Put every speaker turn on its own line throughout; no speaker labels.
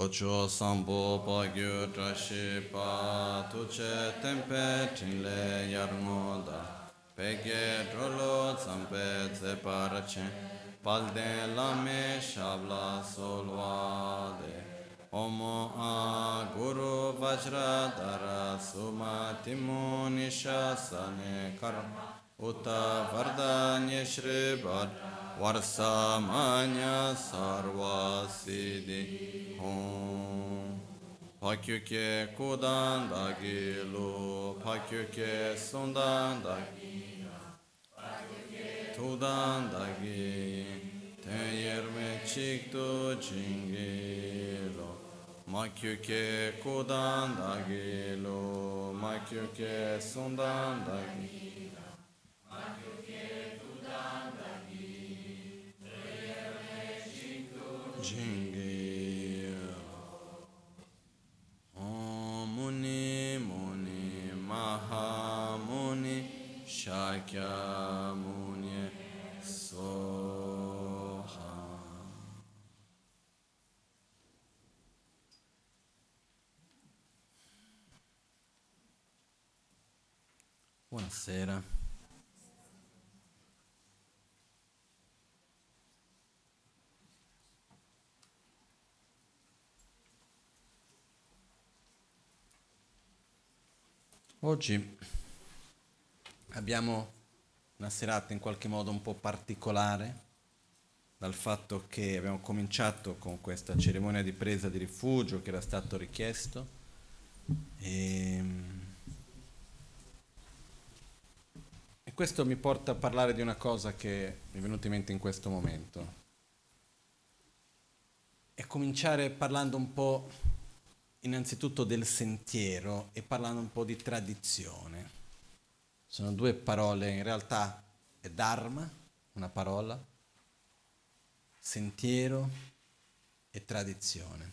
Tocho sambo pagyo trashi pa tuche tempe tinle yarngoda pege drolo zampe zeparachen palden lame shabla solvade Omo a guru vajra dara suma timu nishasane karma uta vardanya shribad varsa manya sarva siddhi om pakyuke kudan dagi lu pakyuke sundan dagi tudan dagi tenyerme chiktu jingilo makyuke kudan dagi lu makyuke sundan dagi Jingi Om Muni Muni Maha Muni Shakya Muni Soha. Buonasera. Oggi abbiamo una serata in qualche modo un po' particolare, dal fatto che abbiamo cominciato con questa cerimonia di presa di rifugio che era stato richiesto e questo mi porta a parlare di una cosa che mi è venuta in mente in questo momento e cominciare parlando un po' innanzitutto del sentiero e parlando un po' di tradizione. Sono due parole, in realtà è Dharma, una parola, sentiero e tradizione.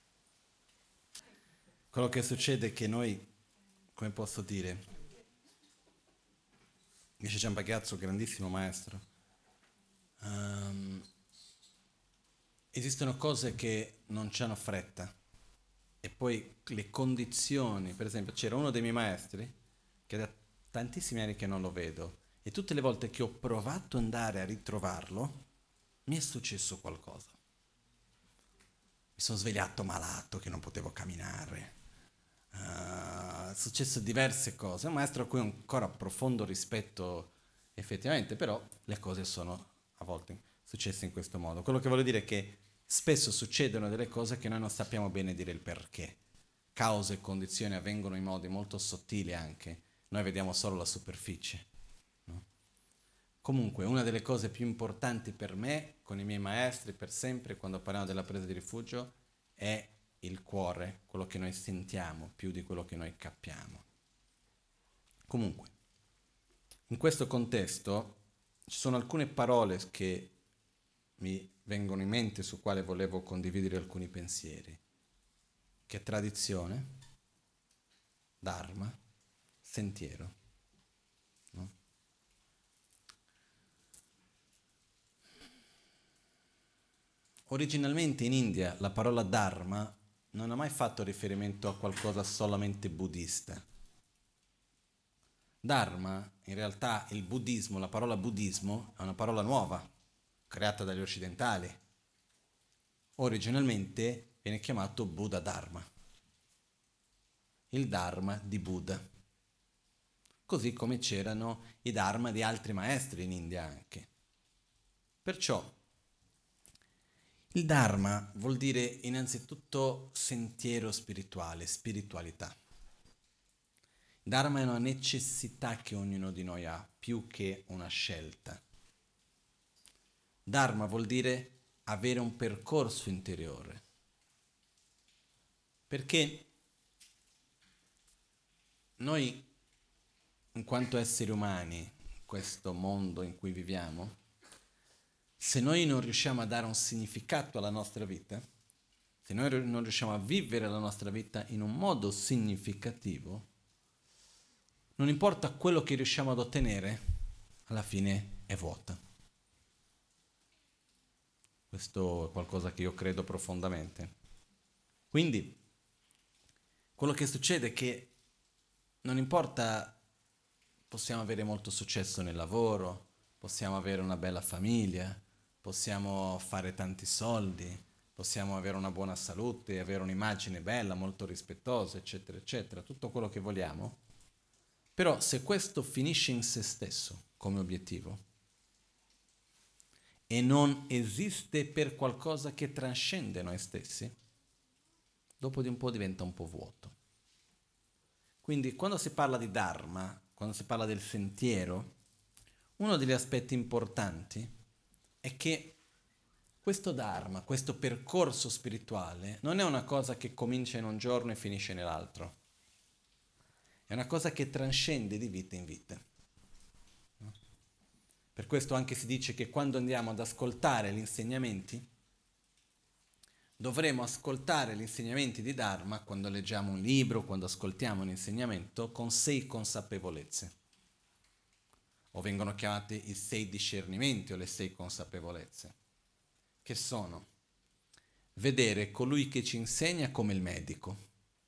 Quello che succede è che noi, come posso dire, dice Ciampaghiazzo, grandissimo maestro, esistono cose che non c'hanno fretta. E poi le condizioni, per esempio c'era uno dei miei maestri che da tantissimi anni che non lo vedo e tutte le volte che ho provato ad andare a ritrovarlo mi è successo qualcosa. Mi sono svegliato malato che non potevo camminare, è successo diverse cose. È un maestro a cui ho ancora profondo rispetto effettivamente, però le cose sono a volte successe in questo modo. Quello che voglio dire è che spesso succedono delle cose che noi non sappiamo bene dire il perché. Cause e condizioni avvengono in modi molto sottili anche. Noi vediamo solo la superficie. No? Comunque, una delle cose più importanti per me, con i miei maestri, per sempre, quando parliamo della presa di rifugio, è il cuore, quello che noi sentiamo, più di quello che noi capiamo. Comunque, in questo contesto ci sono alcune parole che mi vengono in mente su quale volevo condividere alcuni pensieri, che è tradizione, dharma, sentiero. No? Originalmente in India la parola dharma non ha mai fatto riferimento a qualcosa solamente buddista. Dharma, in realtà il buddismo, la parola buddismo è una parola nuova, creata dagli occidentali. Originalmente viene chiamato Buddha Dharma, il Dharma di Buddha, così come c'erano i Dharma di altri maestri in India anche. Perciò il Dharma vuol dire innanzitutto sentiero spirituale, spiritualità. Il Dharma è una necessità che ognuno di noi ha, più che una scelta. Dharma vuol dire avere un percorso interiore. Perché noi, in quanto esseri umani, in questo mondo in cui viviamo, se noi non riusciamo a dare un significato alla nostra vita, se noi non riusciamo a vivere la nostra vita in un modo significativo, non importa quello che riusciamo ad ottenere, alla fine è vuota. Questo è qualcosa che io credo profondamente. Quindi quello che succede è che non importa, possiamo avere molto successo nel lavoro, possiamo avere una bella famiglia, possiamo fare tanti soldi, possiamo avere una buona salute, avere un'immagine bella, molto rispettosa, eccetera, eccetera, tutto quello che vogliamo. Però se questo finisce in se stesso come obiettivo e non esiste per qualcosa che trascende noi stessi, dopo di un po' diventa un po' vuoto. Quindi quando si parla di Dharma, quando si parla del sentiero, uno degli aspetti importanti è che questo Dharma, questo percorso spirituale, non è una cosa che comincia in un giorno e finisce nell'altro. È una cosa che trascende di vita in vita. No? Per questo anche si dice che quando andiamo ad ascoltare gli insegnamenti, dovremo ascoltare gli insegnamenti di Dharma quando leggiamo un libro, quando ascoltiamo un insegnamento, con 6 consapevolezze. O vengono chiamati i 6 discernimenti o le 6 consapevolezze, che sono vedere colui che ci insegna come il medico.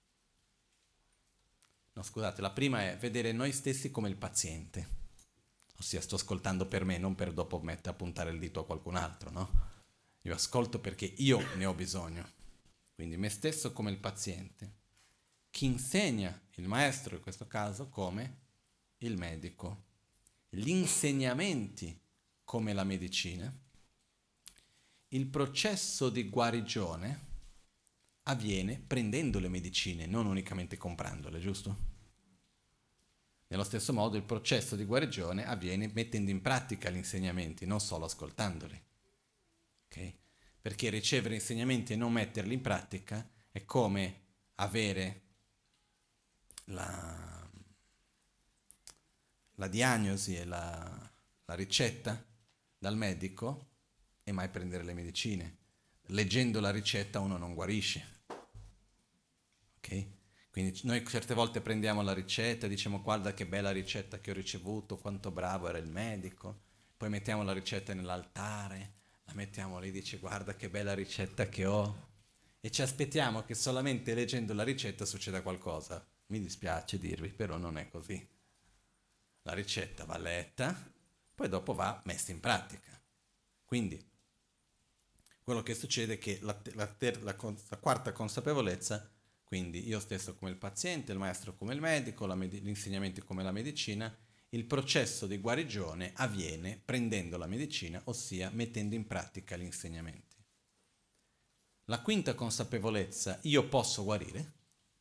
No, scusate, la prima è vedere noi stessi come il paziente. Ossia, sto ascoltando per me, non per dopo mettere a puntare il dito a qualcun altro, no? Io ascolto perché io ne ho bisogno. Quindi me stesso come il paziente. Chi insegna, il maestro in questo caso, come il medico. Gli insegnamenti come la medicina. Il processo di guarigione avviene prendendo le medicine, non unicamente comprandole, giusto? Nello stesso modo il processo di guarigione avviene mettendo in pratica gli insegnamenti, non solo ascoltandoli. Okay? Perché ricevere insegnamenti e non metterli in pratica è come avere la diagnosi e la ricetta dal medico e mai prendere le medicine. Leggendo la ricetta uno non guarisce. Ok? Quindi noi certe volte prendiamo la ricetta e diciamo guarda che bella ricetta che ho ricevuto, quanto bravo era il medico, poi mettiamo la ricetta nell'altare, la mettiamo lì e dice guarda che bella ricetta che ho e ci aspettiamo che solamente leggendo la ricetta succeda qualcosa. Mi dispiace dirvi, però non è così. La ricetta va letta, poi dopo va messa in pratica. Quindi quello che succede è che la quarta consapevolezza, quindi io stesso come il paziente, il maestro come il medico, gli insegnamenti come la medicina, il processo di guarigione avviene prendendo la medicina, ossia mettendo in pratica gli insegnamenti. La quinta consapevolezza, io posso guarire.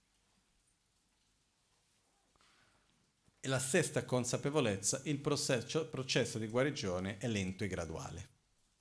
E la sesta consapevolezza, il processo di guarigione è lento e graduale.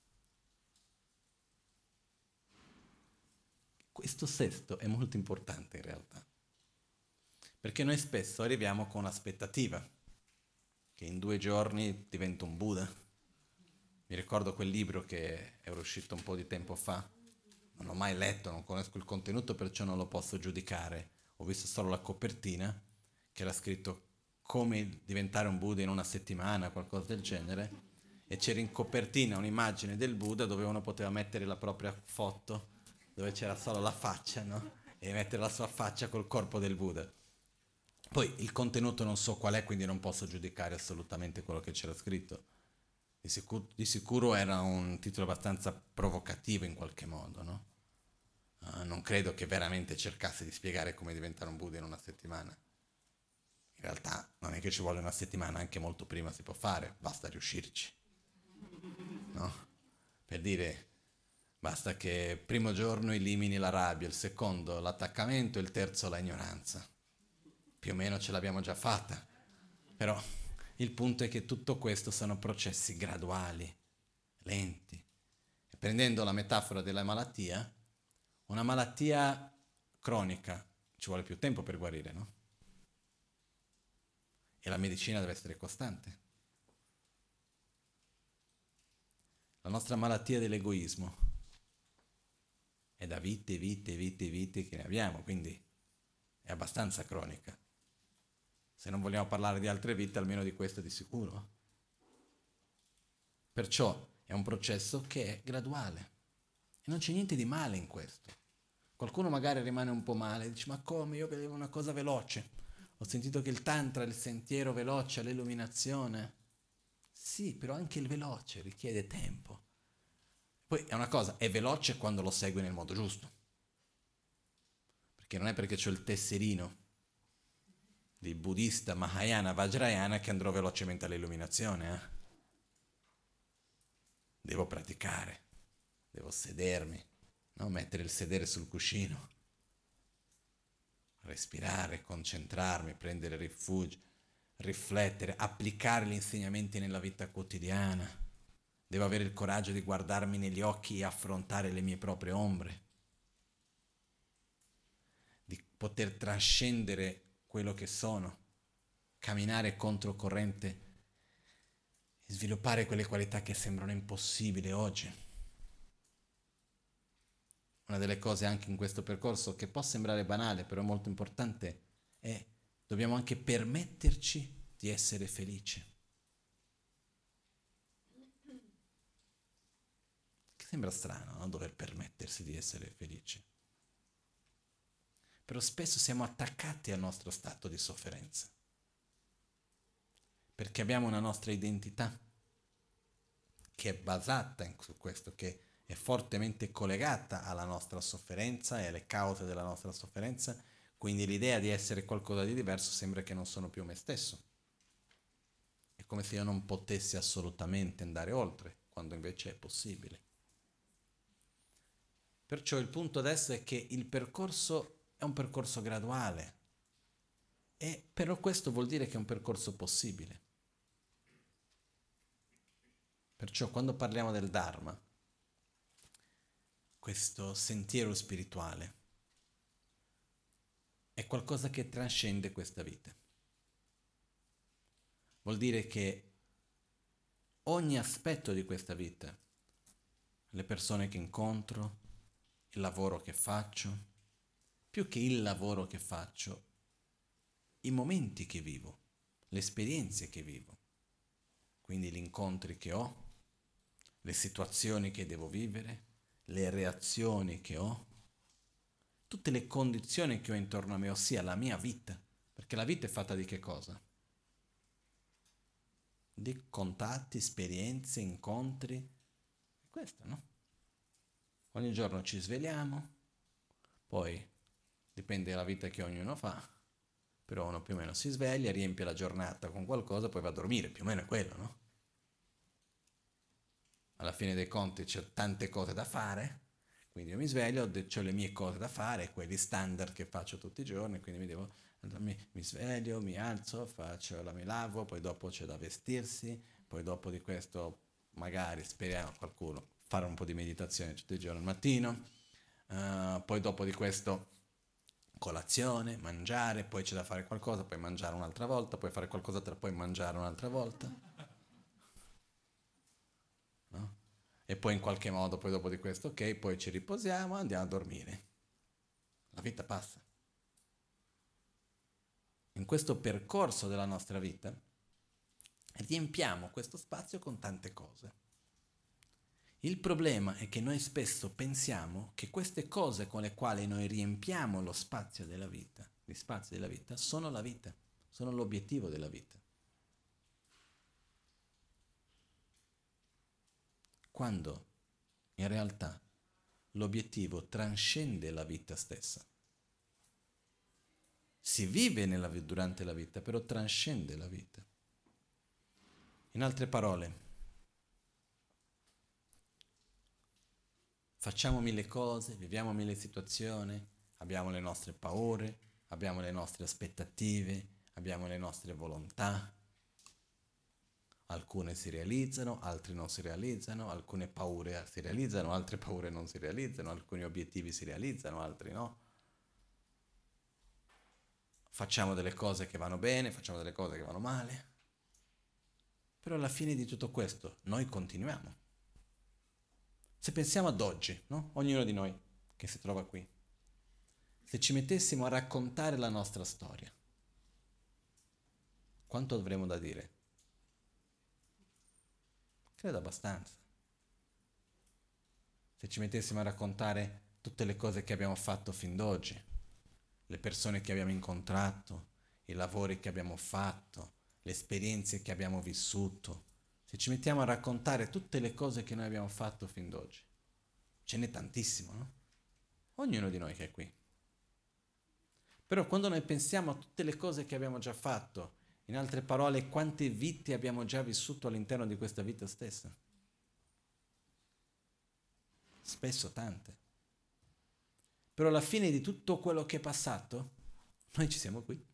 Questo sesto è molto importante in realtà, perché noi spesso arriviamo con l'aspettativa che in 2 giorni divento un Buddha. Mi ricordo quel libro che era uscito un po' di tempo fa, non l'ho mai letto, non conosco il contenuto, perciò non lo posso giudicare. Ho visto solo la copertina, che era scritto come diventare un Buddha in 1 settimana, qualcosa del genere, e c'era in copertina un'immagine del Buddha dove uno poteva mettere la propria foto, dove c'era solo la faccia, no? E mettere la sua faccia col corpo del Buddha. Poi il contenuto non so qual è, quindi non posso giudicare assolutamente quello che c'era scritto. Di sicuro era un titolo abbastanza provocativo in qualche modo, no? Non credo che veramente cercasse di spiegare come diventare un Buddha in 1 settimana. In realtà non è che ci vuole 1 settimana, anche molto prima si può fare, basta riuscirci. No? Per dire, basta che il primo giorno elimini la rabbia, il secondo l'attaccamento, il terzo la ignoranza. Più o meno ce l'abbiamo già fatta. Però il punto è che tutto questo sono processi graduali, lenti. E prendendo la metafora della malattia, una malattia cronica ci vuole più tempo per guarire, no? E la medicina deve essere costante. La nostra malattia dell'egoismo è da vite che ne abbiamo, quindi è abbastanza cronica. Se non vogliamo parlare di altre vite, almeno di questa di sicuro. Perciò è un processo che è graduale. E non c'è niente di male in questo. Qualcuno magari rimane un po' male, dice ma come, io vedevo una cosa veloce, ho sentito che il tantra è il sentiero veloce all'illuminazione. Sì, però anche il veloce richiede tempo. Poi è una cosa, è veloce quando lo segui nel modo giusto, perché non è perché c'ho il tesserino di buddista Mahayana Vajrayana che andrò velocemente all'illuminazione. Devo praticare, devo sedermi, no? Mettere il sedere sul cuscino, respirare, concentrarmi, prendere rifugio, riflettere, applicare gli insegnamenti nella vita quotidiana. Devo avere il coraggio di guardarmi negli occhi e affrontare le mie proprie ombre, di poter trascendere quello che sono, camminare controcorrente e sviluppare quelle qualità che sembrano impossibili oggi. Una delle cose anche in questo percorso che può sembrare banale, però è molto importante, è dobbiamo anche permetterci di essere felici. Che sembra strano, no? Dover permettersi di essere felici. Però spesso siamo attaccati al nostro stato di sofferenza, perché abbiamo una nostra identità che è basata su questo, che è fortemente collegata alla nostra sofferenza e alle cause della nostra sofferenza, quindi l'idea di essere qualcosa di diverso sembra che non sono più me stesso. È come se io non potessi assolutamente andare oltre, quando invece è possibile. Perciò il punto adesso è che il percorso è un percorso graduale, e però questo vuol dire che è un percorso possibile. Perciò quando parliamo del Dharma, questo sentiero spirituale, è qualcosa che trascende questa vita. Vuol dire che ogni aspetto di questa vita, le persone che incontro, il lavoro che faccio, più che il lavoro che faccio, i momenti che vivo, le esperienze che vivo, quindi gli incontri che ho, le situazioni che devo vivere, le reazioni che ho, tutte le condizioni che ho intorno a me, ossia la mia vita, perché la vita è fatta di che cosa? Di contatti, esperienze, incontri, questo, no? Ogni giorno ci svegliamo, poi dipende dalla vita che ognuno fa, però uno più o meno si sveglia, riempie la giornata con qualcosa, poi va a dormire, più o meno è quello, no? Alla fine dei conti c'ho tante cose da fare, quindi io mi sveglio, ho le mie cose da fare, quelli standard che faccio tutti i giorni, quindi mi sveglio, mi alzo, mi lavo, poi dopo c'è da vestirsi, poi dopo di questo magari speriamo qualcuno fare un po' di meditazione tutti i giorni al mattino, poi dopo di questo colazione, mangiare, poi c'è da fare qualcosa, poi mangiare un'altra volta, poi fare qualcos'altro, poi mangiare un'altra volta, no? E poi in qualche modo, poi dopo di questo, ok, poi ci riposiamo, andiamo a dormire. La vita passa. In questo percorso della nostra vita riempiamo questo spazio con tante cose. Il problema è che noi spesso pensiamo che queste cose con le quali noi riempiamo lo spazio della vita, gli spazi della vita, sono la vita, sono l'obiettivo della vita. Quando in realtà l'obiettivo trascende la vita stessa. Si vive durante la vita, però trascende la vita. In altre parole, facciamo mille cose, viviamo mille situazioni, abbiamo le nostre paure, abbiamo le nostre aspettative, abbiamo le nostre volontà. Alcune si realizzano, altre non si realizzano, alcune paure si realizzano, altre paure non si realizzano, alcuni obiettivi si realizzano, altri no. Facciamo delle cose che vanno bene, facciamo delle cose che vanno male. Però alla fine di tutto questo noi continuiamo. Se pensiamo ad oggi, no? Ognuno di noi che si trova qui, se ci mettessimo a raccontare la nostra storia, quanto avremo da dire? Credo abbastanza. Se ci mettessimo a raccontare tutte le cose che abbiamo fatto fin d'oggi, le persone che abbiamo incontrato, i lavori che abbiamo fatto, le esperienze che abbiamo vissuto. Se ci mettiamo a raccontare tutte le cose che noi abbiamo fatto fin d'oggi, ce n'è tantissimo, no? Ognuno di noi che è qui. Però quando noi pensiamo a tutte le cose che abbiamo già fatto, in altre parole, quante vite abbiamo già vissuto all'interno di questa vita stessa? Spesso tante. Però alla fine di tutto quello che è passato, noi ci siamo qui.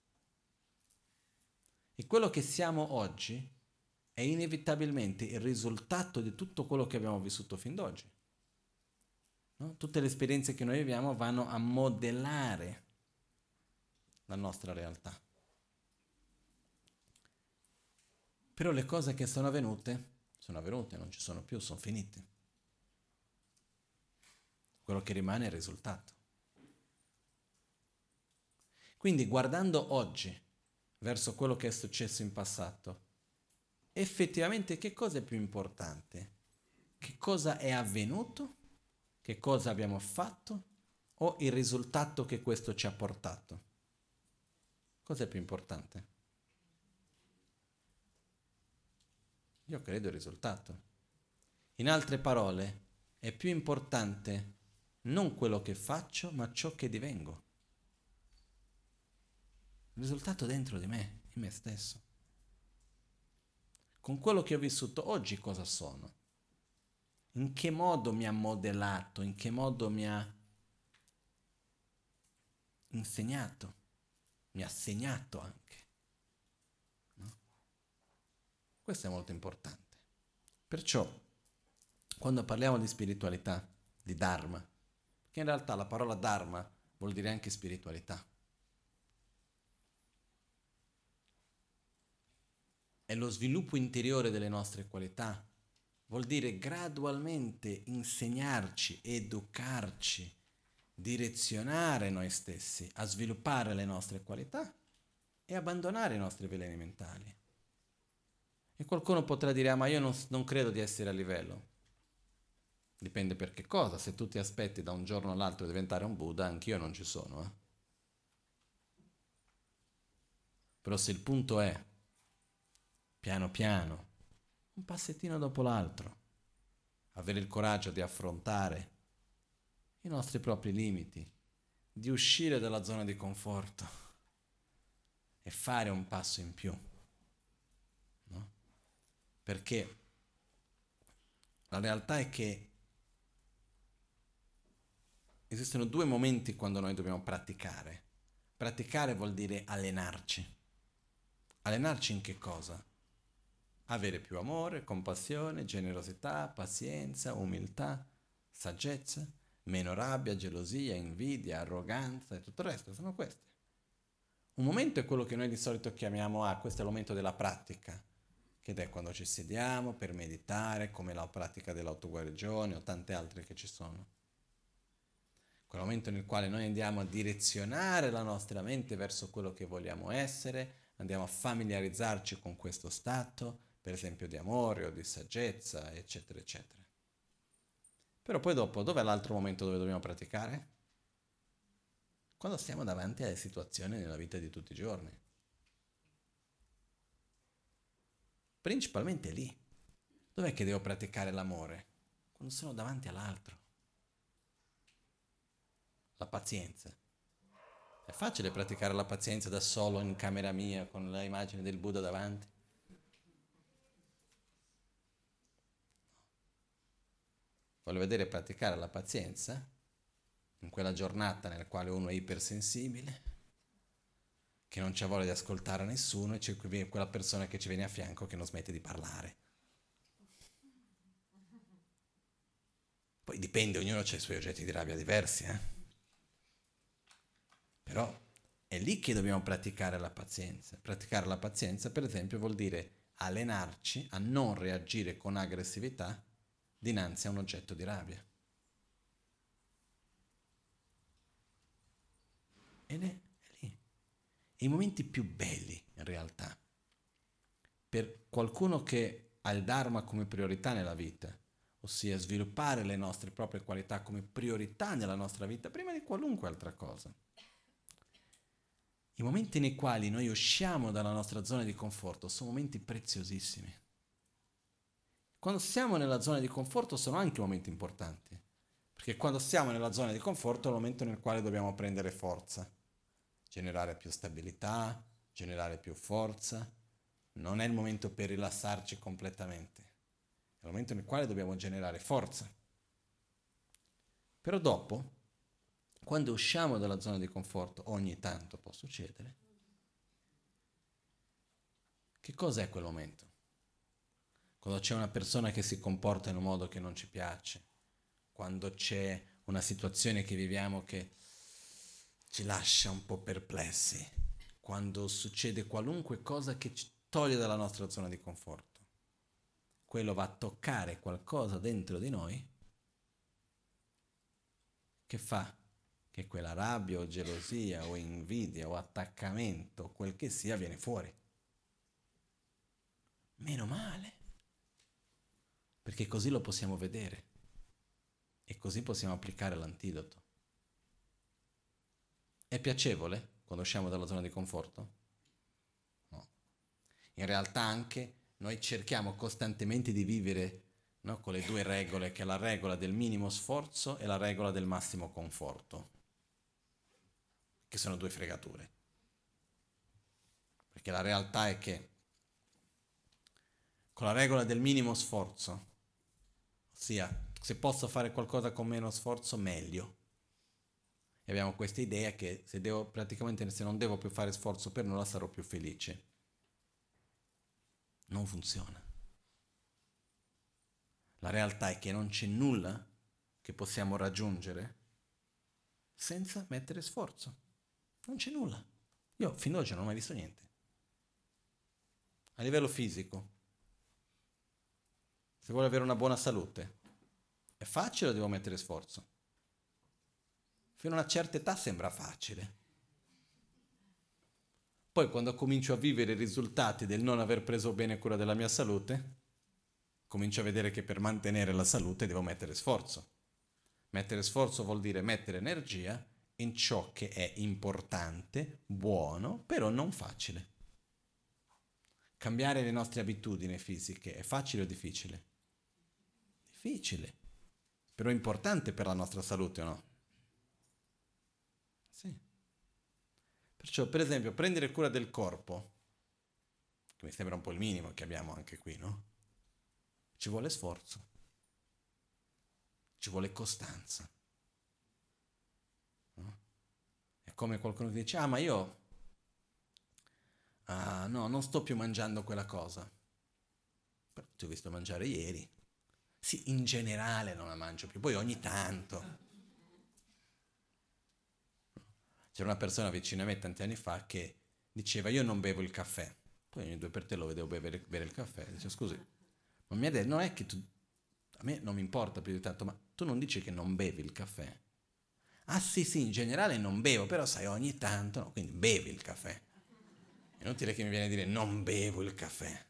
E quello che siamo oggi è inevitabilmente il risultato di tutto quello che abbiamo vissuto fin d'oggi. No? Tutte le esperienze che noi viviamo vanno a modellare la nostra realtà. Però le cose che sono avvenute, non ci sono più, sono finite. Quello che rimane è il risultato. Quindi guardando oggi verso quello che è successo in passato, effettivamente che cosa è più importante? Che cosa è avvenuto? Che cosa abbiamo fatto? O il risultato che questo ci ha portato? Cosa è più importante? Io credo il risultato. In altre parole, è più importante non quello che faccio, ma ciò che divengo. Il risultato dentro di me, in me stesso. Con quello che ho vissuto oggi cosa sono? In che modo mi ha modellato? In che modo mi ha insegnato? Mi ha segnato anche. No? Questo è molto importante. Perciò, quando parliamo di spiritualità, di Dharma, che in realtà la parola Dharma vuol dire anche spiritualità. È lo sviluppo interiore delle nostre qualità. Vuol dire gradualmente insegnarci, educarci, direzionare noi stessi a sviluppare le nostre qualità e abbandonare i nostri veleni mentali. E qualcuno potrà dire, ma io non credo di essere a livello. Dipende per che cosa. Se tu ti aspetti da un giorno all'altro di diventare un Buddha, anch'io non ci sono. Però se il punto è, piano piano, un passettino dopo l'altro, avere il coraggio di affrontare i nostri propri limiti, di uscire dalla zona di conforto e fare un passo in più, no? Perché la realtà è che esistono due momenti quando noi dobbiamo praticare. Praticare vuol dire allenarci. Allenarci in che cosa? Avere più amore, compassione, generosità, pazienza, umiltà, saggezza, meno rabbia, gelosia, invidia, arroganza e tutto il resto, sono queste. Un momento è quello che noi di solito chiamiamo, questo è il momento della pratica, che è quando ci sediamo per meditare, come la pratica dell'autoguarigione o tante altre che ci sono. Quel momento nel quale noi andiamo a direzionare la nostra mente verso quello che vogliamo essere, andiamo a familiarizzarci con questo stato, per esempio di amore o di saggezza, eccetera, eccetera. Però poi dopo, dov'è l'altro momento dove dobbiamo praticare? Quando stiamo davanti alle situazioni nella vita di tutti i giorni. Principalmente lì. Dov'è che devo praticare l'amore? Quando sono davanti all'altro. La pazienza. È facile praticare la pazienza da solo in camera mia con l'immagine del Buddha davanti? Voglio vedere praticare la pazienza in quella giornata nella quale uno è ipersensibile, che non c'ha voglia di ascoltare nessuno e c'è quella persona che ci viene a fianco che non smette di parlare. Poi dipende, ognuno ha i suoi oggetti di rabbia diversi, Però è lì che dobbiamo praticare la pazienza. Praticare la pazienza, per esempio, vuol dire allenarci a non reagire con aggressività dinanzi a un oggetto di rabbia. Ed è lì. I momenti più belli, in realtà, per qualcuno che ha il Dharma come priorità nella vita, ossia sviluppare le nostre proprie qualità come priorità nella nostra vita, prima di qualunque altra cosa. I momenti nei quali noi usciamo dalla nostra zona di conforto sono momenti preziosissimi. Quando siamo nella zona di conforto sono anche momenti importanti, perché quando siamo nella zona di conforto è il momento nel quale dobbiamo prendere forza, generare più stabilità, generare più forza. Non è il momento per rilassarci completamente, è il momento nel quale dobbiamo generare forza. Però dopo, quando usciamo dalla zona di conforto, ogni tanto può succedere, che cos'è quel momento? Quando c'è una persona che si comporta in un modo che non ci piace, quando c'è una situazione che viviamo che ci lascia un po' perplessi, quando succede qualunque cosa che ci toglie dalla nostra zona di conforto, quello va a toccare qualcosa dentro di noi che fa che quella rabbia o gelosia o invidia o attaccamento, quel che sia, viene fuori. Meno male, perché così lo possiamo vedere e così possiamo applicare l'antidoto. È piacevole quando usciamo dalla zona di conforto? No. In realtà anche noi cerchiamo costantemente di vivere, no, con le due regole, che è la regola del minimo sforzo e la regola del massimo conforto, che sono due fregature. Perché la realtà è che con la regola del minimo sforzo, ossia se posso fare qualcosa con meno sforzo meglio, e abbiamo questa idea che se non devo più fare sforzo per nulla sarò più felice. Non funziona. La realtà è che non c'è nulla che possiamo raggiungere senza mettere sforzo. Non c'è nulla. Io fino ad oggi non ho mai visto niente. A livello fisico, se vuoi avere una buona salute, è facile o devo mettere sforzo? Fino a una certa età sembra facile. Poi quando comincio a vivere i risultati del non aver preso bene cura della mia salute, comincio a vedere che per mantenere la salute devo mettere sforzo. Mettere sforzo vuol dire mettere energia in ciò che è importante, buono, però non facile. Cambiare le nostre abitudini fisiche è facile o difficile? Difficile, però è importante per la nostra salute o no? Sì. Perciò, per esempio, prendere cura del corpo, che mi sembra un po' il minimo che abbiamo anche qui, no? Ci vuole sforzo, ci vuole costanza. No? È come qualcuno che dice, ma io, no, non sto più mangiando quella cosa. Però ti ho visto mangiare ieri. Sì, in generale non la mangio più, poi ogni tanto. C'era una persona vicino a me tanti anni fa che diceva io non bevo il caffè. Poi ogni due per te lo vedevo bere il caffè. Dice scusi, ma mi ha detto, non è che tu, a me non mi importa più di tanto, ma tu non dici che non bevi il caffè? Ah sì, sì, in generale non bevo, però sai ogni tanto, no, quindi bevi il caffè. È inutile che mi viene a dire non bevo il caffè.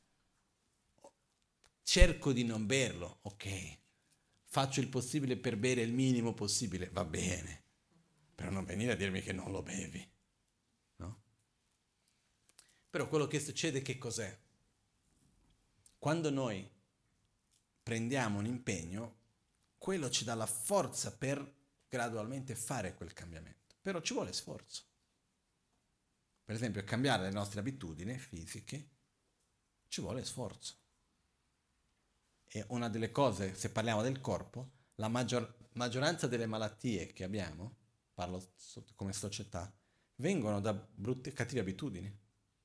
Cerco di non berlo, ok. Faccio il possibile per bere il minimo possibile, va bene. Però non venire a dirmi che non lo bevi, no? Però quello che succede che cos'è? Quando noi prendiamo un impegno, quello ci dà la forza per gradualmente fare quel cambiamento. Però ci vuole sforzo. Per esempio, cambiare le nostre abitudini fisiche ci vuole sforzo. E una delle cose, se parliamo del corpo, la maggioranza delle malattie che abbiamo, parlo come società, vengono da brutte, cattive abitudini.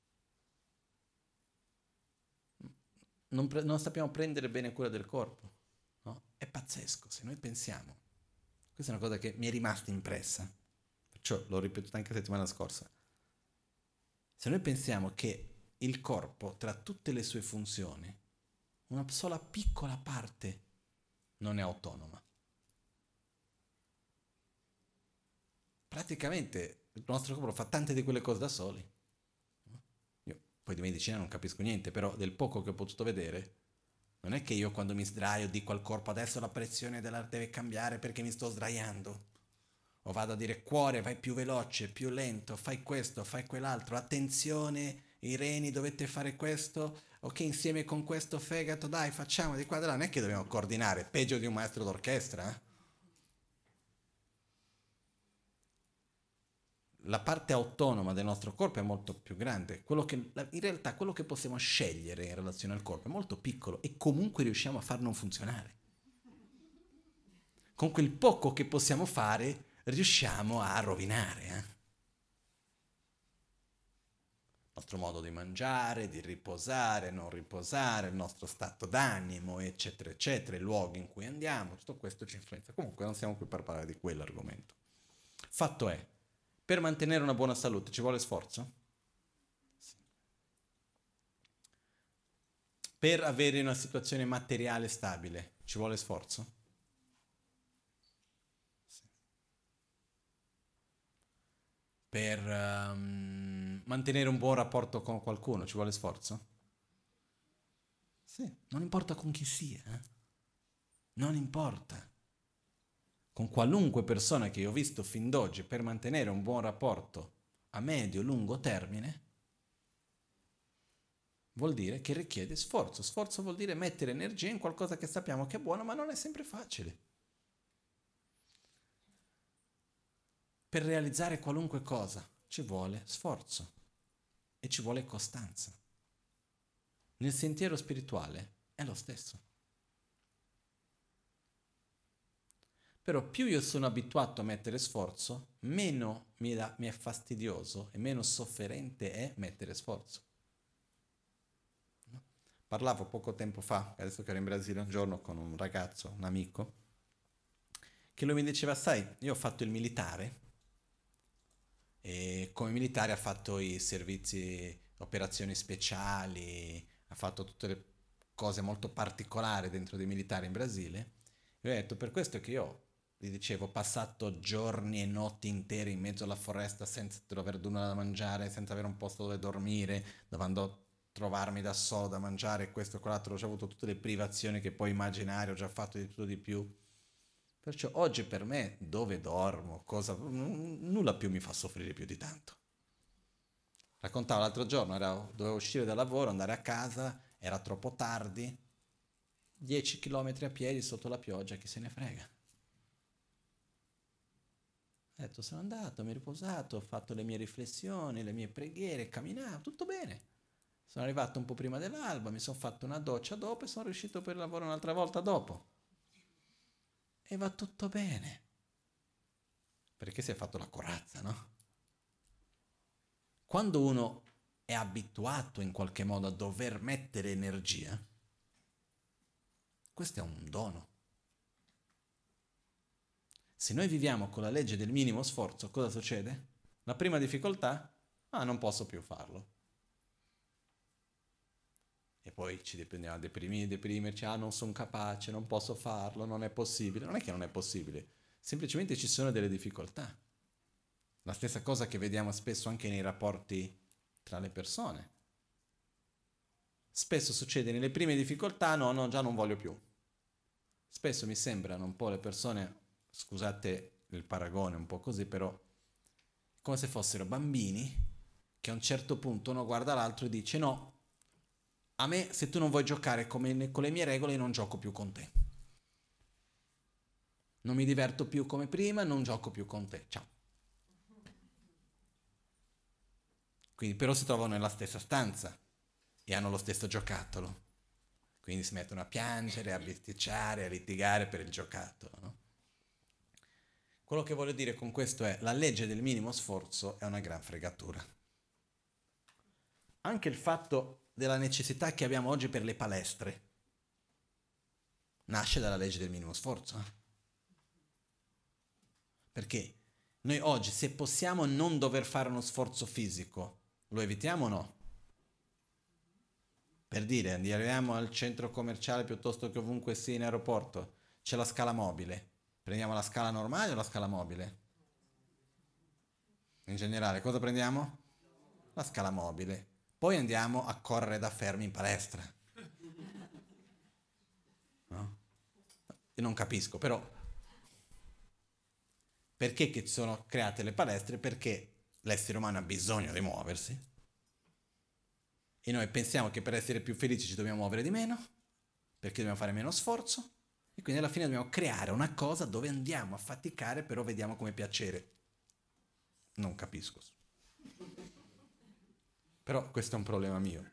Non sappiamo prendere bene cura del corpo. No? È pazzesco, se noi pensiamo. Questa è una cosa che mi è rimasta impressa, perciò l'ho ripetuta anche la settimana scorsa. Se noi pensiamo che il corpo, tra tutte le sue funzioni, una sola piccola parte non è autonoma. Praticamente il nostro corpo fa tante di quelle cose da soli. Io poi di medicina non capisco niente, però del poco che ho potuto vedere, Non è che io quando mi sdraio dico al corpo adesso la pressione deve cambiare perché mi sto sdraiando. O vado a dire cuore, vai più veloce, più lento, fai questo, fai quell'altro, attenzione, i reni dovete fare questo, ok, insieme con questo fegato, dai, facciamo di qua e di là. Non è che dobbiamo coordinare, peggio di un maestro d'orchestra, eh? La parte autonoma del nostro corpo è molto più grande. In realtà quello che possiamo scegliere in relazione al corpo è molto piccolo e comunque riusciamo a far non funzionare. Con quel poco che possiamo fare riusciamo a rovinare. Il nostro modo di mangiare, di riposare, non riposare, il nostro stato d'animo, eccetera, eccetera, i luoghi in cui andiamo, tutto questo ci influenza. Comunque non siamo qui per parlare di quell'argomento. Fatto è, per mantenere una buona salute ci vuole sforzo? Sì. Per avere una situazione materiale stabile ci vuole sforzo? Sì. Per mantenere un buon rapporto con qualcuno ci vuole sforzo? Sì, non importa con chi sia, non importa. Con qualunque persona che io ho visto fin d'oggi per mantenere un buon rapporto a medio-lungo termine, vuol dire che richiede sforzo. Sforzo vuol dire mettere energia in qualcosa che sappiamo che è buono, ma non è sempre facile. Per realizzare qualunque cosa ci vuole sforzo e ci vuole costanza. Nel sentiero spirituale è lo stesso. Però più io sono abituato a mettere sforzo, meno mi è fastidioso e meno sofferente è mettere sforzo. Parlavo poco tempo fa, adesso che ero in Brasile un giorno, con un ragazzo, un amico, che lui mi diceva, sai, io ho fatto il militare e come militare ha fatto i servizi, operazioni speciali, ha fatto tutte le cose molto particolari dentro dei militari in Brasile. E ho detto, per questo che io, gli dicevo, ho passato giorni e notti intere in mezzo alla foresta senza dover nulla da mangiare, senza avere un posto dove dormire, dovendo trovarmi da solo da mangiare questo e quell'altro, ho già avuto tutte le privazioni che puoi immaginare, ho già fatto di tutto di più. Perciò oggi per me dove dormo, nulla più mi fa soffrire più di tanto. Raccontavo l'altro giorno, dovevo uscire dal lavoro, andare a casa, era troppo tardi, 10 km a piedi sotto la pioggia, chi se ne frega. Ho detto, sono andato, mi ho riposato, ho fatto le mie riflessioni, le mie preghiere, camminavo, tutto bene. Sono arrivato un po' prima dell'alba, mi sono fatto una doccia dopo e sono riuscito per il lavoro un'altra volta dopo. E va tutto bene. Perché si è fatto la corazza, no? Quando uno è abituato in qualche modo a dover mettere energia, questo è un dono. Se noi viviamo con la legge del minimo sforzo, cosa succede? La prima difficoltà? Ah, non posso più farlo. E poi ci andiamo a deprimerci, ah, non sono capace, non posso farlo, non è possibile. Non è che non è possibile, semplicemente ci sono delle difficoltà. La stessa cosa che vediamo spesso anche nei rapporti tra le persone. Spesso succede nelle prime difficoltà, no, già non voglio più. Spesso mi sembrano un po' le persone, scusate il paragone un po' così, però come se fossero bambini che a un certo punto uno guarda l'altro e dice no, a me se tu non vuoi giocare con le mie regole non gioco più con te. Non mi diverto più come prima, non gioco più con te. Ciao. Quindi però si trovano nella stessa stanza e hanno lo stesso giocattolo. Quindi si mettono a piangere, a bisticciare, a litigare per il giocattolo, no? Quello che voglio dire con questo è la legge del minimo sforzo è una gran fregatura. Anche il fatto della necessità che abbiamo oggi per le palestre nasce dalla legge del minimo sforzo. Perché noi oggi, se possiamo non dover fare uno sforzo fisico, lo evitiamo o no? Per dire, andiamo al centro commerciale piuttosto che ovunque sia in aeroporto, c'è la scala mobile. Prendiamo la scala normale o la scala mobile? In generale, cosa prendiamo? La scala mobile. Poi andiamo a correre da fermi in palestra. no? Io non capisco, però perché che sono create le palestre? Perché l'essere umano ha bisogno di muoversi e noi pensiamo che per essere più felici ci dobbiamo muovere di meno, perché dobbiamo fare meno sforzo e quindi alla fine dobbiamo creare una cosa dove andiamo a faticare, però vediamo come piacere. Non capisco. Però questo è un problema mio.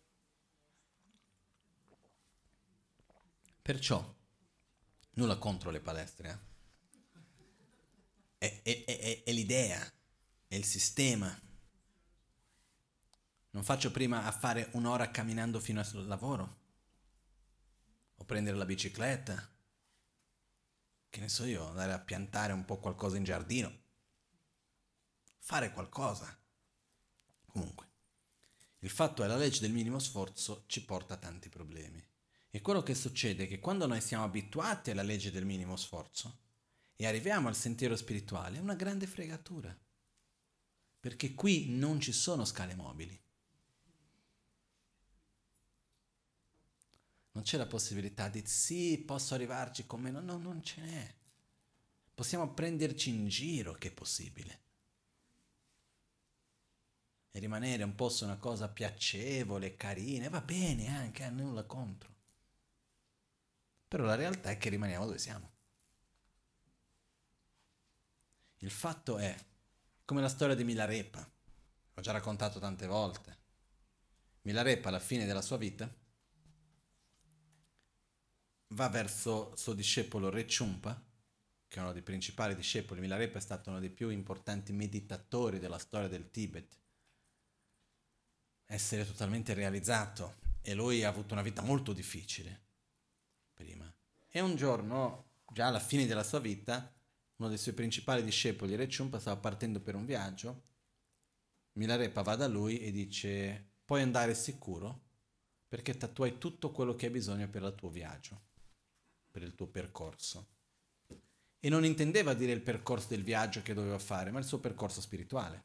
Perciò, nulla contro le palestre, è l'idea, è il sistema. Non faccio prima a fare un'ora camminando fino al lavoro, o prendere la bicicletta, che ne so io, andare a piantare un po' qualcosa in giardino, fare qualcosa. Comunque, il fatto è che la legge del minimo sforzo ci porta a tanti problemi. E quello che succede è che quando noi siamo abituati alla legge del minimo sforzo e arriviamo al sentiero spirituale, è una grande fregatura. Perché qui non ci sono scale mobili. Non c'è la possibilità di sì, posso arrivarci con meno. No, non ce n'è. Possiamo prenderci in giro che è possibile. E rimanere un po' su una cosa piacevole, carina, va bene anche, nulla contro. Però la realtà è che rimaniamo dove siamo. Il fatto è, come la storia di Milarepa, ho già raccontato tante volte. Milarepa alla fine della sua vita va verso suo discepolo Recciumpa, che è uno dei principali discepoli. Milarepa è stato uno dei più importanti meditatori della storia del Tibet. Essere totalmente realizzato, e lui ha avuto una vita molto difficile prima. E un giorno, già alla fine della sua vita, uno dei suoi principali discepoli, Recciumpa, stava partendo per un viaggio. Milarepa va da lui e dice: puoi andare sicuro perché tu hai tutto quello che hai bisogno per il tuo viaggio, per il tuo percorso. E non intendeva dire il percorso del viaggio che doveva fare, ma il suo percorso spirituale.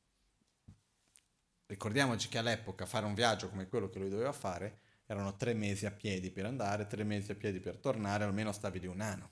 Ricordiamoci che all'epoca fare un viaggio come quello che lui doveva fare erano 3 mesi a piedi per andare, 3 mesi a piedi per tornare, almeno stavi lì un anno.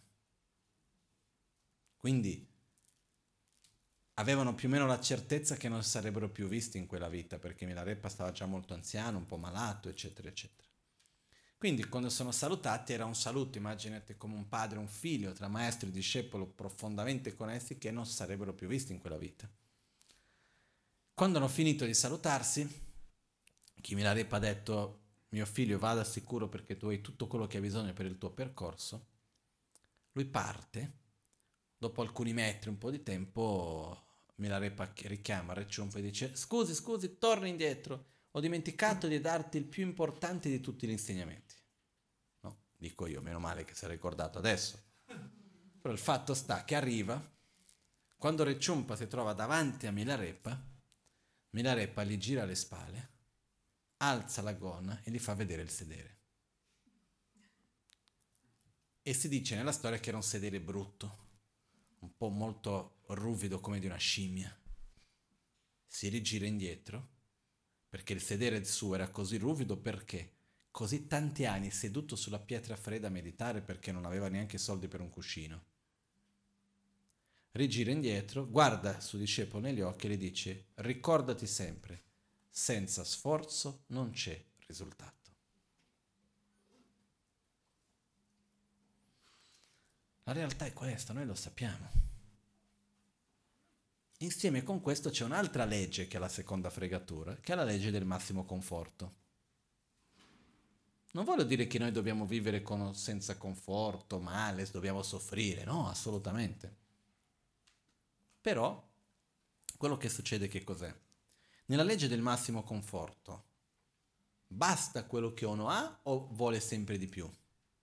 Quindi avevano più o meno la certezza che non si sarebbero più visti in quella vita, perché Milarepa stava già molto anziano, un po' malato, eccetera, eccetera. Quindi quando sono salutati era un saluto, immaginate come un padre e un figlio, tra maestro e discepolo profondamente connessi che non si sarebbero più visti in quella vita. Quando hanno finito di salutarsi, chi Milarepa ha detto: mio figlio, vada sicuro perché tu hai tutto quello che hai bisogno per il tuo percorso. Lui parte, dopo alcuni metri, un po' di tempo, Milarepa richiama Recciumpa e dice: scusi, torna indietro, ho dimenticato di darti il più importante di tutti gli insegnamenti. No, dico io, meno male che si è ricordato adesso. Però il fatto sta che arriva, quando Recciumpa si trova davanti a Milarepa, Milarepa gli gira le spalle, alza la gonna e gli fa vedere il sedere. E si dice nella storia che era un sedere brutto, un po' molto ruvido come di una scimmia. Si rigira indietro, perché il sedere suo era così ruvido perché così tanti anni seduto sulla pietra fredda a meditare perché non aveva neanche soldi per un cuscino. Rigira indietro, guarda suo discepolo negli occhi e gli dice: ricordati sempre, senza sforzo non c'è risultato. La realtà è questa, noi lo sappiamo. Insieme con questo c'è un'altra legge che è la seconda fregatura, che è la legge del massimo conforto. Non voglio dire che noi dobbiamo vivere senza conforto, male, dobbiamo soffrire, no, assolutamente. Però, quello che succede che cos'è? Nella legge del massimo conforto, basta quello che uno ha o vuole sempre di più?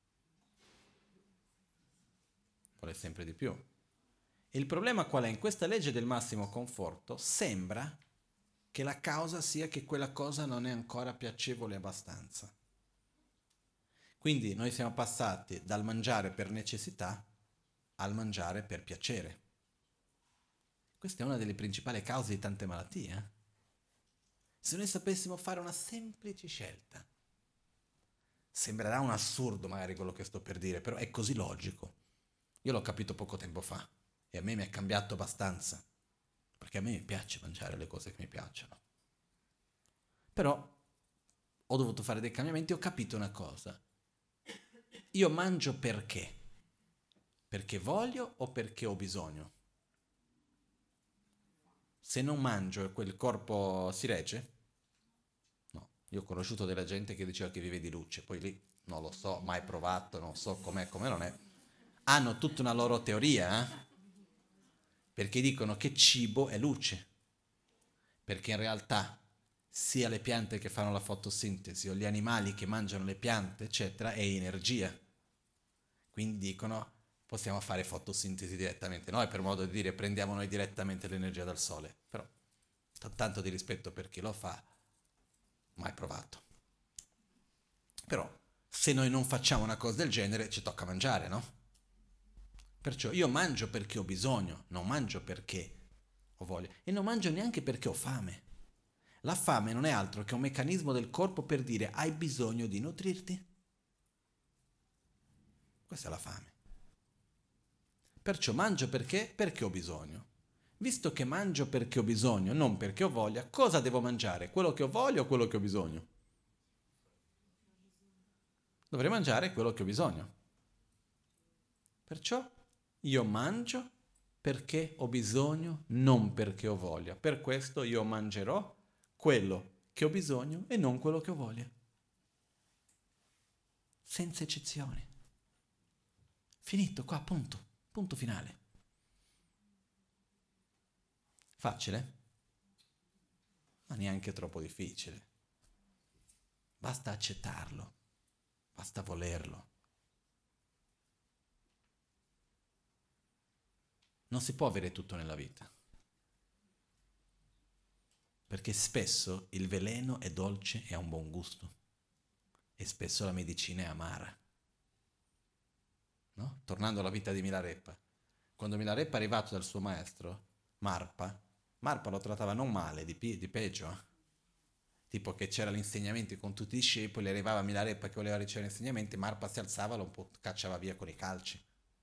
Vuole sempre di più. E il problema qual è? In questa legge del massimo conforto sembra che la causa sia che quella cosa non è ancora piacevole abbastanza. Quindi noi siamo passati dal mangiare per necessità al mangiare per piacere. Questa è una delle principali cause di tante malattie. Se noi sapessimo fare una semplice scelta, Sembrerà un assurdo magari quello che sto per dire, però è così logico. Io l'ho capito poco tempo fa e a me mi è cambiato abbastanza, perché a me mi piace mangiare le cose che mi piacciono. Però ho dovuto fare dei cambiamenti e ho capito una cosa. Io mangio perché? Perché voglio o perché ho bisogno? Se non mangio quel corpo si regge? No. Io ho conosciuto della gente che diceva che vive di luce, poi lì non lo so, mai provato, non so com'è, come non è. Hanno tutta una loro teoria, perché dicono che cibo è luce, perché in realtà sia le piante che fanno la fotosintesi o gli animali che mangiano le piante, eccetera, è energia. Quindi dicono possiamo fare fotosintesi direttamente. Noi per modo di dire prendiamo noi direttamente l'energia dal sole, però tanto di rispetto per chi lo fa, mai provato. Però se noi non facciamo una cosa del genere ci tocca mangiare, no? Perciò io mangio perché ho bisogno, non mangio perché ho voglia e non mangio neanche perché ho fame. La fame non è altro che un meccanismo del corpo per dire hai bisogno di nutrirti. Questa è la fame. Perciò mangio perché? Perché ho bisogno. Visto che mangio perché ho bisogno, non perché ho voglia, cosa devo mangiare? Quello che ho voglia o quello che ho bisogno? Dovrei mangiare quello che ho bisogno. Perciò io mangio perché ho bisogno, non perché ho voglia. Per questo io mangerò quello che ho bisogno e non quello che ho voglia. Senza eccezioni. Finito qua, punto. Punto finale. Facile? Ma neanche troppo difficile. Basta accettarlo. Basta volerlo. Non si può avere tutto nella vita. Perché spesso il veleno è dolce e ha un buon gusto. E spesso la medicina è amara. No? Tornando alla vita di Milarepa. Quando Milarepa è arrivato dal suo maestro, Marpa lo trattava non male, di peggio. Tipo che c'era l'insegnamento con tutti i discepoli, arrivava Milarepa che voleva ricevere l'insegnamento, Marpa si alzava, lo un po' cacciava via con i calci.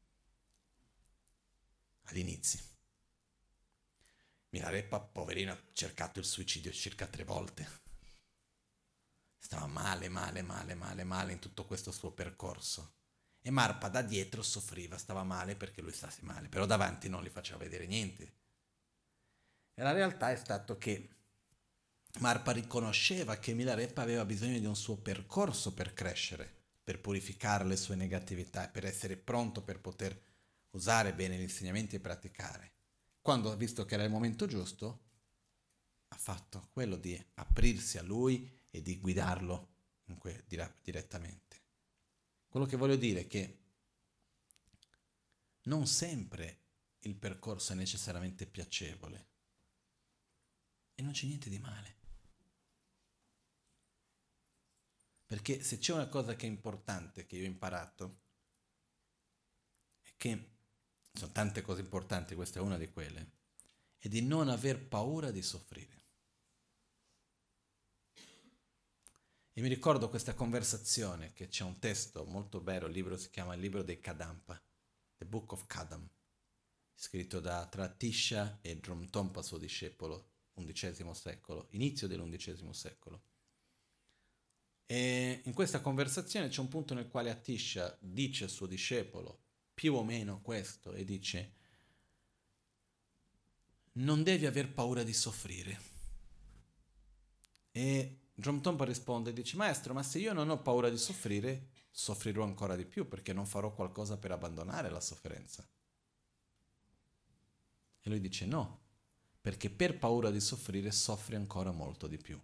All'inizio. Milarepa, poverino, ha cercato il suicidio circa 3 volte. Stava male in tutto questo suo percorso. E Marpa da dietro soffriva, stava male perché lui stava male, però davanti non gli faceva vedere niente. E la realtà è stato che Marpa riconosceva che Milarepa aveva bisogno di un suo percorso per crescere, per purificare le sue negatività e per essere pronto per poter usare bene gli insegnamenti e praticare. Quando ha visto che era il momento giusto, ha fatto quello di aprirsi a lui e di guidarlo direttamente. Quello che voglio dire è che non sempre il percorso è necessariamente piacevole e non c'è niente di male. Perché se c'è una cosa che è importante che io ho imparato, è che sono tante cose importanti, questa è una di quelle, è di non aver paura di soffrire. E mi ricordo questa conversazione che c'è un testo molto bello, il libro si chiama il libro dei Kadampa, The Book of Kadam, scritto tra Tisha e Dromtonpa, suo discepolo, XI secolo, inizio dell'XI secolo. E in questa conversazione c'è un punto nel quale Atisha dice al suo discepolo più o meno questo e dice: non devi aver paura di soffrire. E Dromtonpa risponde e dice: maestro, ma se io non ho paura di soffrire, soffrirò ancora di più perché non farò qualcosa per abbandonare la sofferenza. E lui dice: no, perché per paura di soffrire soffri ancora molto di più.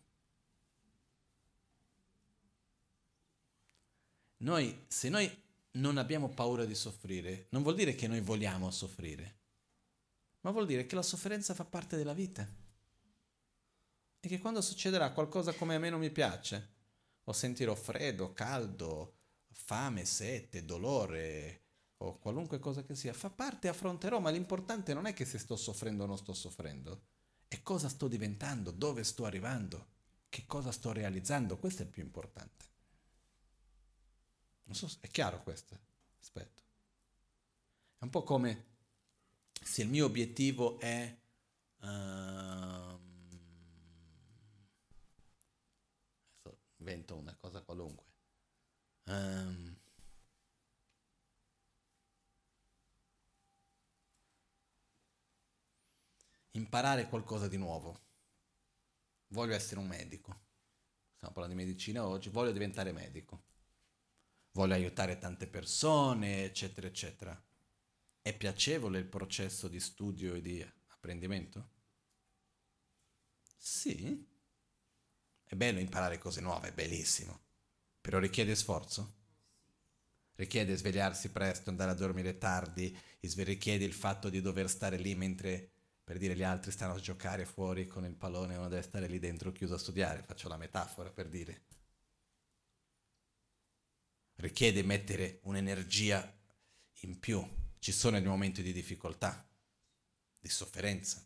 Se noi non abbiamo paura di soffrire, non vuol dire che noi vogliamo soffrire, ma vuol dire che la sofferenza fa parte della vita. E che quando succederà qualcosa come a me non mi piace, o sentirò freddo, caldo, fame, sete, dolore, o qualunque cosa che sia, fa parte, affronterò, ma l'importante non è che se sto soffrendo o non sto soffrendo, è cosa sto diventando, dove sto arrivando, che cosa sto realizzando, questo è il più importante. Non so se è chiaro questo aspetto. È un po' come se il mio obiettivo è adesso invento una cosa qualunque. Ehm, Imparare qualcosa di nuovo. Voglio essere un medico. Stiamo parlando di medicina oggi, voglio diventare medico. Voglio aiutare tante persone, eccetera, eccetera. È piacevole il processo di studio e di apprendimento? Sì. È bello imparare cose nuove, è bellissimo. Però richiede sforzo. Richiede svegliarsi presto, andare a dormire tardi, richiede il fatto di dover stare lì mentre, per dire, gli altri stanno a giocare fuori con il pallone e uno deve stare lì dentro chiuso a studiare, faccio la metafora per dire. Richiede mettere un'energia in più. Ci sono dei momenti di difficoltà, di sofferenza.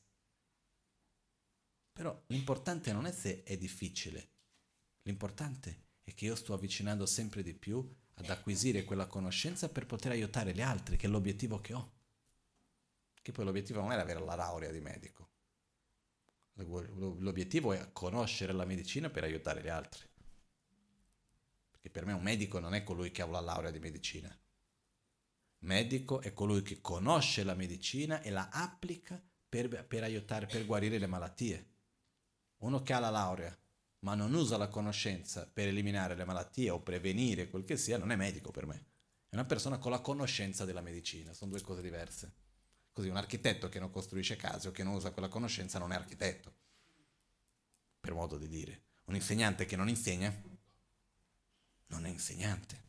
Però l'importante non è se è difficile, l'importante è che io sto avvicinando sempre di più ad acquisire quella conoscenza per poter aiutare gli altri, che è l'obiettivo che ho. Che poi l'obiettivo non è avere la laurea di medico. L'obiettivo è conoscere la medicina per aiutare gli altri. Perché per me un medico non è colui che ha la laurea di medicina. Medico è colui che conosce la medicina e la applica per aiutare, per guarire le malattie. Uno che ha la laurea ma non usa la conoscenza per eliminare le malattie o prevenire quel che sia, non è medico per me. È una persona con la conoscenza della medicina, sono due cose diverse. Così un architetto che non costruisce case o che non usa quella conoscenza non è architetto, per modo di dire. Un insegnante che non insegna non è insegnante.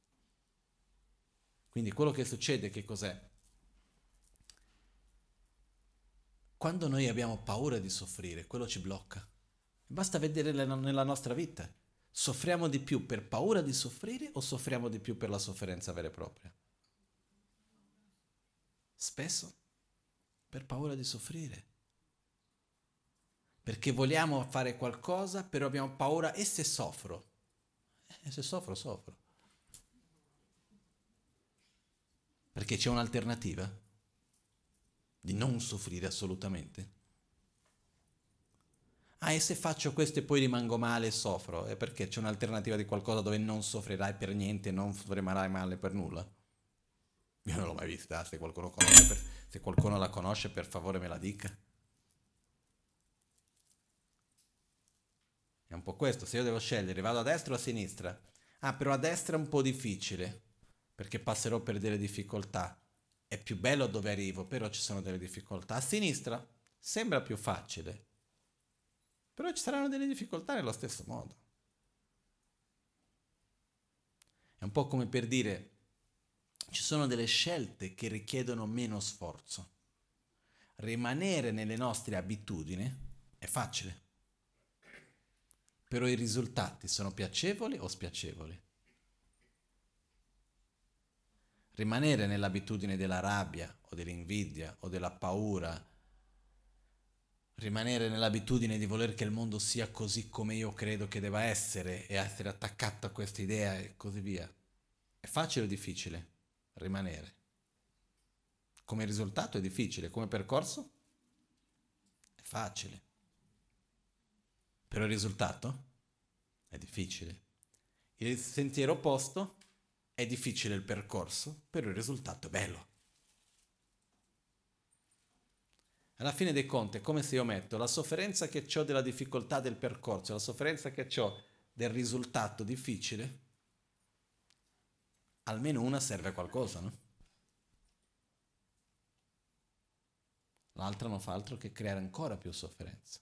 Quindi quello che succede che cos'è? Quando noi abbiamo paura di soffrire, quello ci blocca. Basta vedere nella nostra vita. Soffriamo di più per paura di soffrire o soffriamo di più per la sofferenza vera e propria? Spesso per paura di soffrire. Perché vogliamo fare qualcosa, però abbiamo paura e se soffro? E se soffro, soffro. Perché c'è un'alternativa di non soffrire assolutamente. Ah, e se faccio questo e poi rimango male e soffro? È perché c'è un'alternativa di qualcosa dove non soffrirai per niente e non rimarrai male per nulla? Io non l'ho mai vista, se qualcuno la conosce per favore me la dica. È un po' questo, se io devo scegliere, vado a destra o a sinistra? Ah, però a destra è un po' difficile, perché passerò per delle difficoltà. È più bello dove arrivo, però ci sono delle difficoltà. A sinistra sembra più facile, però ci saranno delle difficoltà nello stesso modo. È un po' come per dire, ci sono delle scelte che richiedono meno sforzo. Rimanere nelle nostre abitudini è facile, però i risultati sono piacevoli o spiacevoli? Rimanere nell'abitudine della rabbia o dell'invidia o della paura, rimanere nell'abitudine di voler che il mondo sia così come io credo che debba essere e essere attaccato a questa idea e così via. È facile o difficile rimanere? Come risultato è difficile, come percorso è facile, però il risultato è difficile. Il sentiero opposto è difficile il percorso, però il risultato è bello. Alla fine dei conti è come se io metto la sofferenza che ho della difficoltà del percorso, la sofferenza che ho del risultato difficile, almeno una serve a qualcosa, no? L'altra non fa altro che creare ancora più sofferenza.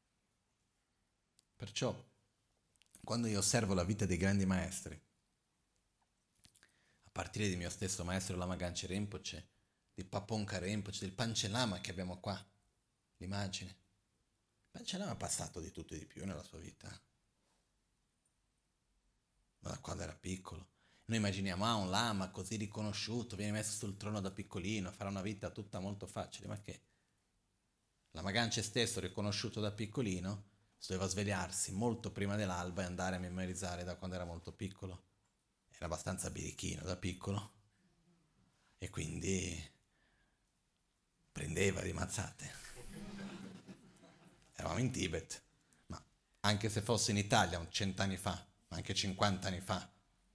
Perciò, quando io osservo la vita dei grandi maestri, a partire del mio stesso maestro Lama Ganche Rinpoche, di Paponka Rinpoche, del Panchen Lama che abbiamo qua, l'immagine. Il Panchen Lama ha passato di tutto e di più nella sua vita, ma da quando era piccolo. Noi immaginiamo, un lama così riconosciuto, viene messo sul trono da piccolino, farà una vita tutta molto facile, ma che? Lama Ganche stesso, riconosciuto da piccolino, doveva svegliarsi molto prima dell'alba e andare a memorizzare da quando era molto piccolo. era abbastanza birichino da piccolo e quindi prendeva di mazzate. Eravamo in Tibet, ma anche se fosse in Italia 100 anni fa, ma anche 50 anni fa,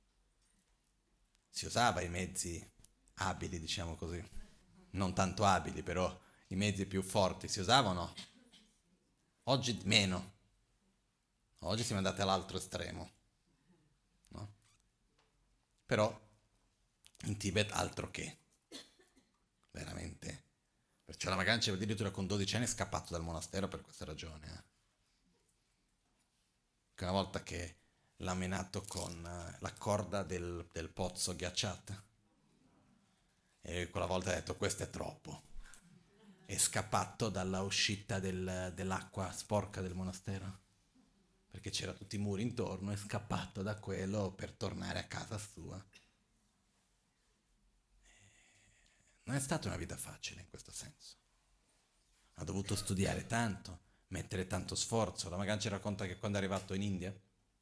si usava i mezzi abili, diciamo così. Non tanto abili, però i mezzi più forti si usavano. Oggi meno. Oggi siamo andati all'altro estremo, no? Però in Tibet altro che, veramente. Perciò la Magancia addirittura con 12 anni è scappato dal monastero per questa ragione. Che una volta che l'ha menato con la corda del pozzo ghiacciata e quella volta ha detto questo è troppo. È scappato dalla uscita dell'acqua sporca del monastero perché c'era tutti i muri intorno, è scappato da quello per tornare a casa sua. Non è stata una vita facile in questo senso. Ha dovuto studiare tanto, mettere tanto sforzo. La Magancia racconta che quando è arrivato in India,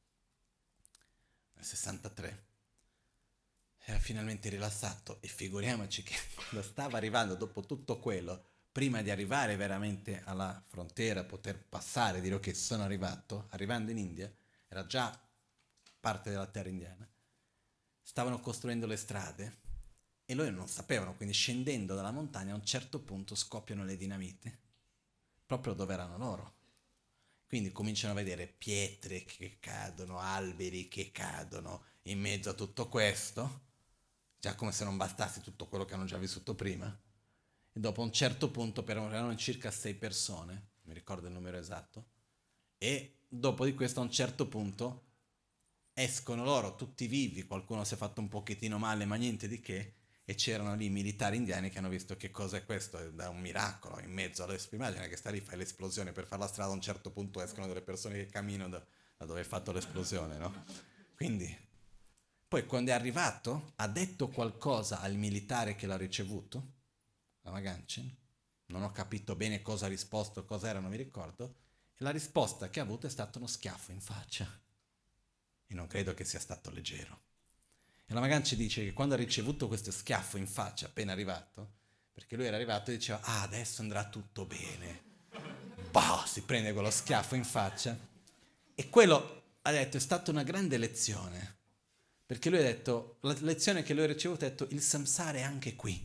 nel 63, era finalmente rilassato e figuriamoci che quando stava arrivando dopo tutto quello, prima di arrivare veramente alla frontiera, poter passare e dire ok sono arrivato, arrivando in India, era già parte della terra indiana, stavano costruendo le strade e loro non sapevano, quindi scendendo dalla montagna a un certo punto scoppiano le dinamite, proprio dove erano loro. Quindi cominciano a vedere pietre che cadono, alberi che cadono, in mezzo a tutto questo, già come se non bastasse tutto quello che hanno già vissuto prima. E dopo un certo punto, erano circa 6 persone, mi ricordo il numero esatto, e dopo di questo a un certo punto escono loro tutti vivi, qualcuno si è fatto un pochettino male ma niente di che, e c'erano lì militari indiani che hanno visto che cosa è questo, è da un miracolo, in mezzo immagina che sta lì, fai l'esplosione per fare la strada, a un certo punto escono delle persone che camminano da dove hai fatto l'esplosione, no? Quindi, poi quando è arrivato ha detto qualcosa al militare che l'ha ricevuto, la Magancin, non ho capito bene cosa ha risposto, cosa era, non mi ricordo, e la risposta che ha avuto è stato uno schiaffo in faccia. E non credo che sia stato leggero. E la Magancia dice che quando ha ricevuto questo schiaffo in faccia appena arrivato, perché lui era arrivato e diceva ah adesso andrà tutto bene, bah, si prende quello schiaffo in faccia e quello ha detto è stata una grande lezione, perché lui ha detto la lezione che lui ha ricevuto ha detto il samsara è anche qui,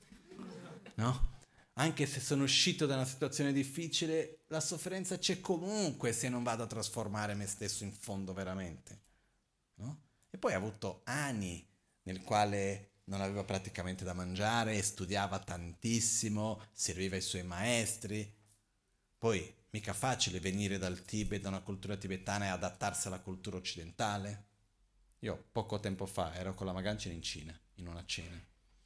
no? Anche se sono uscito da una situazione difficile, la sofferenza c'è comunque se non vado a trasformare me stesso in fondo veramente, no? E poi ha avuto anni nel quale non aveva praticamente da mangiare e studiava tantissimo, serviva i suoi maestri. Poi mica facile venire dal Tibet, da una cultura tibetana e adattarsi alla cultura occidentale. Io poco tempo fa ero con la Magancia in Cina, in una cena,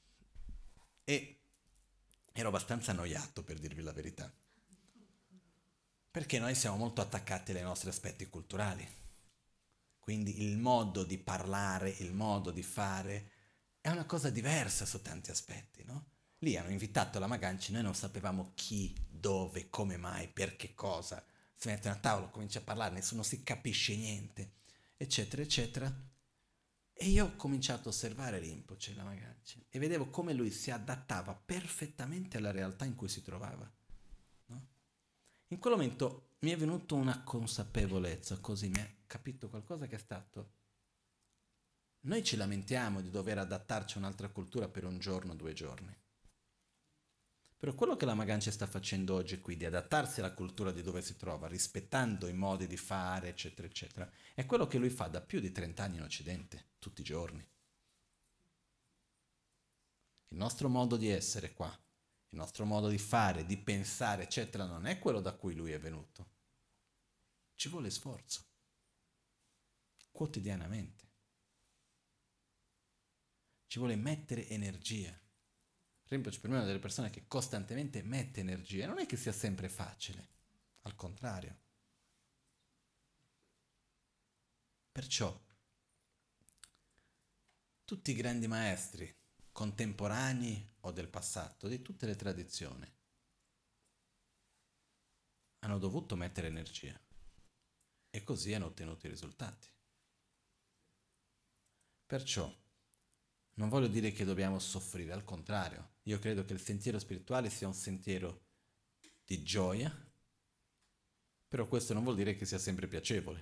e ero abbastanza annoiato per dirvi la verità, perché noi siamo molto attaccati ai nostri aspetti culturali. Quindi il modo di parlare, il modo di fare è una cosa diversa su tanti aspetti, no? Lì hanno invitato la Maganci, noi non sapevamo chi, dove, come mai, per che cosa. Si mettono a tavolo, comincia a parlare, nessuno si capisce niente, eccetera, eccetera. E io ho cominciato a osservare Rinpoche, la Maganci, e vedevo come lui si adattava perfettamente alla realtà in cui si trovava, no? In quel momento mi è venuta una consapevolezza, così mi ha capito qualcosa che è stato. Noi ci lamentiamo di dover adattarci a un'altra cultura per un giorno, 2 giorni. Però quello che la Magancia sta facendo oggi qui, di adattarsi alla cultura di dove si trova, rispettando i modi di fare, eccetera, eccetera, è quello che lui fa da più di 30 anni in Occidente, tutti i giorni. Il nostro modo di essere qua, il nostro modo di fare, di pensare, eccetera, non è quello da cui lui è venuto. Ci vuole sforzo, quotidianamente. Ci vuole mettere energia. Rinpoche per me è una delle persone che costantemente mette energia. Non è che sia sempre facile, al contrario. Perciò tutti i grandi maestri, contemporanei o del passato, di tutte le tradizioni, hanno dovuto mettere energia e così hanno ottenuto i risultati. Perciò non voglio dire che dobbiamo soffrire, al contrario, io credo che il sentiero spirituale sia un sentiero di gioia, però questo non vuol dire che sia sempre piacevole.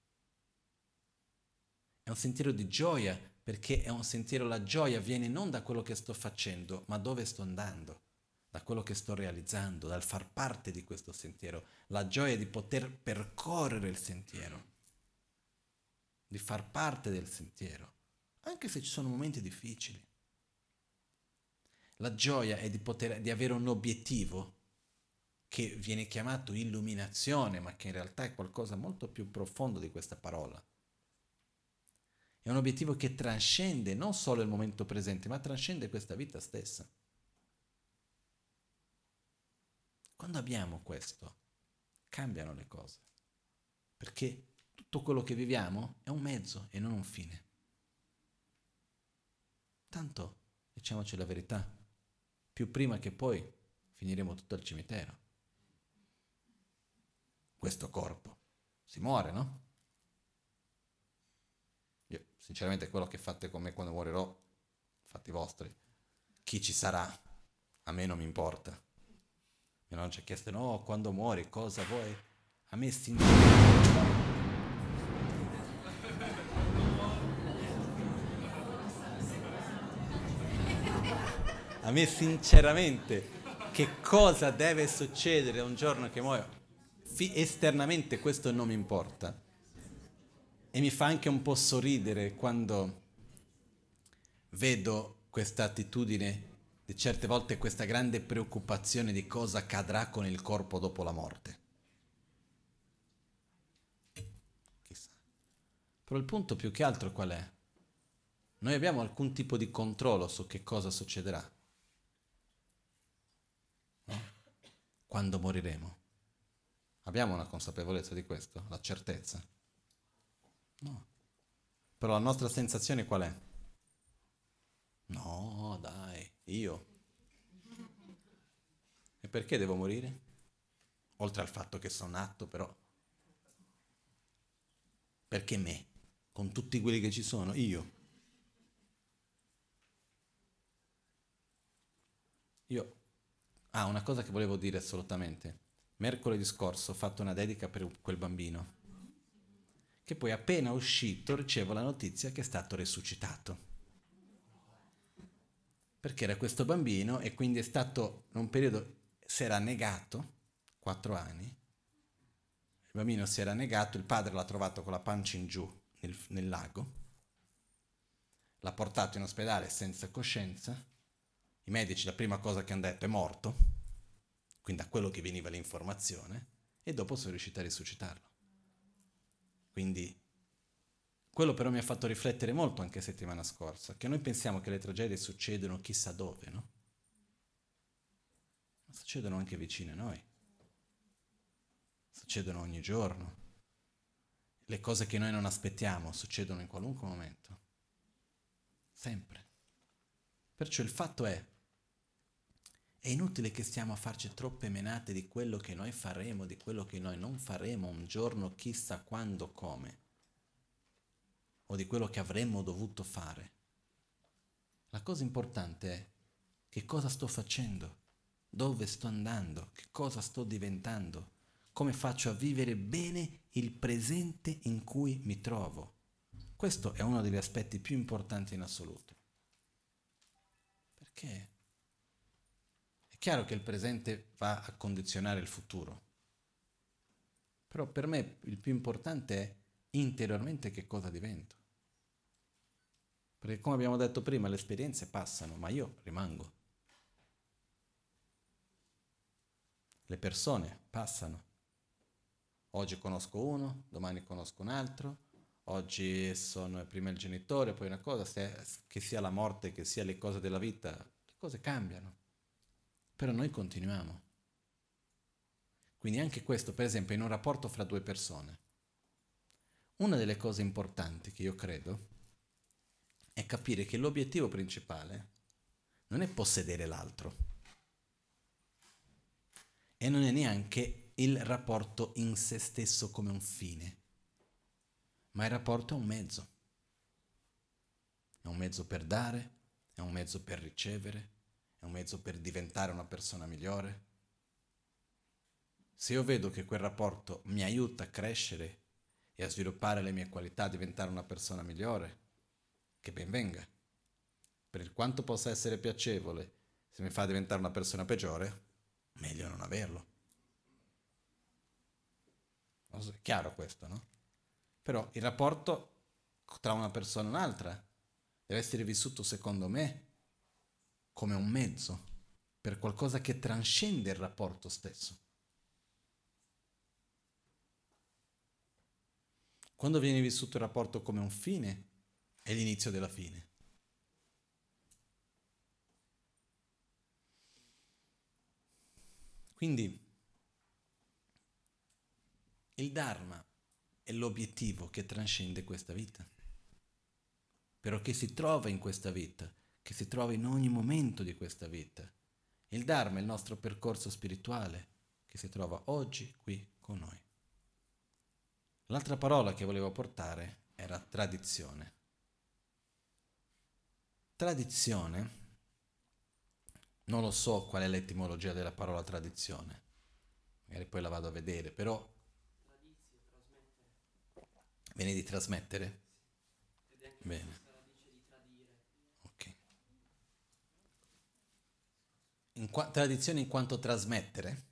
È un sentiero di gioia perché è un sentiero, la gioia viene non da quello che sto facendo, ma dove sto andando, da quello che sto realizzando, dal far parte di questo sentiero, la gioia di poter percorrere il sentiero, di far parte del sentiero, anche se ci sono momenti difficili. La gioia è di avere un obiettivo che viene chiamato illuminazione, ma che in realtà è qualcosa molto più profondo di questa parola. È un obiettivo che trascende non solo il momento presente, ma trascende questa vita stessa. Quando abbiamo questo, cambiano le cose, perché tutto quello che viviamo è un mezzo e non un fine. Tanto, diciamoci la verità, più prima che poi finiremo tutto al cimitero. Questo corpo si muore, no? Io, sinceramente, quello che fate con me quando morirò, fatti vostri. Chi ci sarà, a me non mi importa. Mia nonna ci ha chiesto, no, quando muori, cosa vuoi? A me sinceramente... A me sinceramente, che cosa deve succedere un giorno che muoio? Esternamente questo non mi importa. E mi fa anche un po' sorridere quando vedo questa attitudine, di certe volte questa grande preoccupazione di cosa accadrà con il corpo dopo la morte. Chissà. Però il punto più che altro qual è? Noi abbiamo alcun tipo di controllo su che cosa succederà, no? Quando moriremo. Abbiamo una consapevolezza di questo? La certezza? No. Però la nostra sensazione qual è? No, dai, io. E perché devo morire? Oltre al fatto che sono nato, però. Perché me? Con tutti quelli che ci sono, io. Io. Ah, una cosa che volevo dire assolutamente. Mercoledì scorso ho fatto una dedica per quel bambino, che poi appena uscito ricevo la notizia che è stato resuscitato. Perché era questo bambino e quindi è stato in un periodo, si era negato, 4 anni, il bambino si era negato, il padre l'ha trovato con la pancia in giù nel lago, l'ha portato in ospedale senza coscienza, i medici la prima cosa che hanno detto è morto, quindi da quello che veniva l'informazione, e dopo sono riusciti a risuscitarlo. Quindi quello però mi ha fatto riflettere molto anche settimana scorsa, che noi pensiamo che le tragedie succedono chissà dove, no? Ma succedono anche vicino a noi. Succedono ogni giorno. Le cose che noi non aspettiamo succedono in qualunque momento. Sempre. Perciò il fatto è inutile che stiamo a farci troppe menate di quello che noi faremo, di quello che noi non faremo un giorno chissà quando, come, o di quello che avremmo dovuto fare. La cosa importante è che cosa sto facendo, dove sto andando, che cosa sto diventando, come faccio a vivere bene il presente in cui mi trovo. Questo è uno degli aspetti più importanti in assoluto. Perché è chiaro che il presente va a condizionare il futuro, però per me il più importante è interiormente che cosa divento. Perché come abbiamo detto prima, le esperienze passano, ma io rimango. Le persone passano. Oggi conosco uno, domani conosco un altro, oggi sono prima il genitore, poi una cosa, che sia la morte, che sia le cose della vita, le cose cambiano. Però noi continuiamo. Quindi anche questo, per esempio, in un rapporto fra due persone. Una delle cose importanti che io credo è capire che l'obiettivo principale non è possedere l'altro e non è neanche il rapporto in se stesso come un fine, ma il rapporto è un mezzo. è un mezzo per dare, è un mezzo per ricevere, è un mezzo per diventare una persona migliore. Se io vedo che quel rapporto mi aiuta a crescere e a sviluppare le mie qualità, a diventare una persona migliore, che ben venga. Per quanto possa essere piacevole, se mi fa diventare una persona peggiore, meglio non averlo. È chiaro questo, no? Però il rapporto tra una persona e un'altra deve essere vissuto, secondo me, come un mezzo per qualcosa che trascende il rapporto stesso. Quando viene vissuto il rapporto come un fine, è l'inizio della fine. Quindi il Dharma è l'obiettivo che trascende questa vita, però che si trova in questa vita, che si trova in ogni momento di questa vita. Il Dharma è il nostro percorso spirituale che si trova oggi qui con noi. L'altra parola che volevo portare era tradizione. Tradizione, non lo so qual è l'etimologia della parola tradizione, magari poi la vado a vedere, però viene di trasmettere? Bene, ok. Tradizione in quanto trasmettere?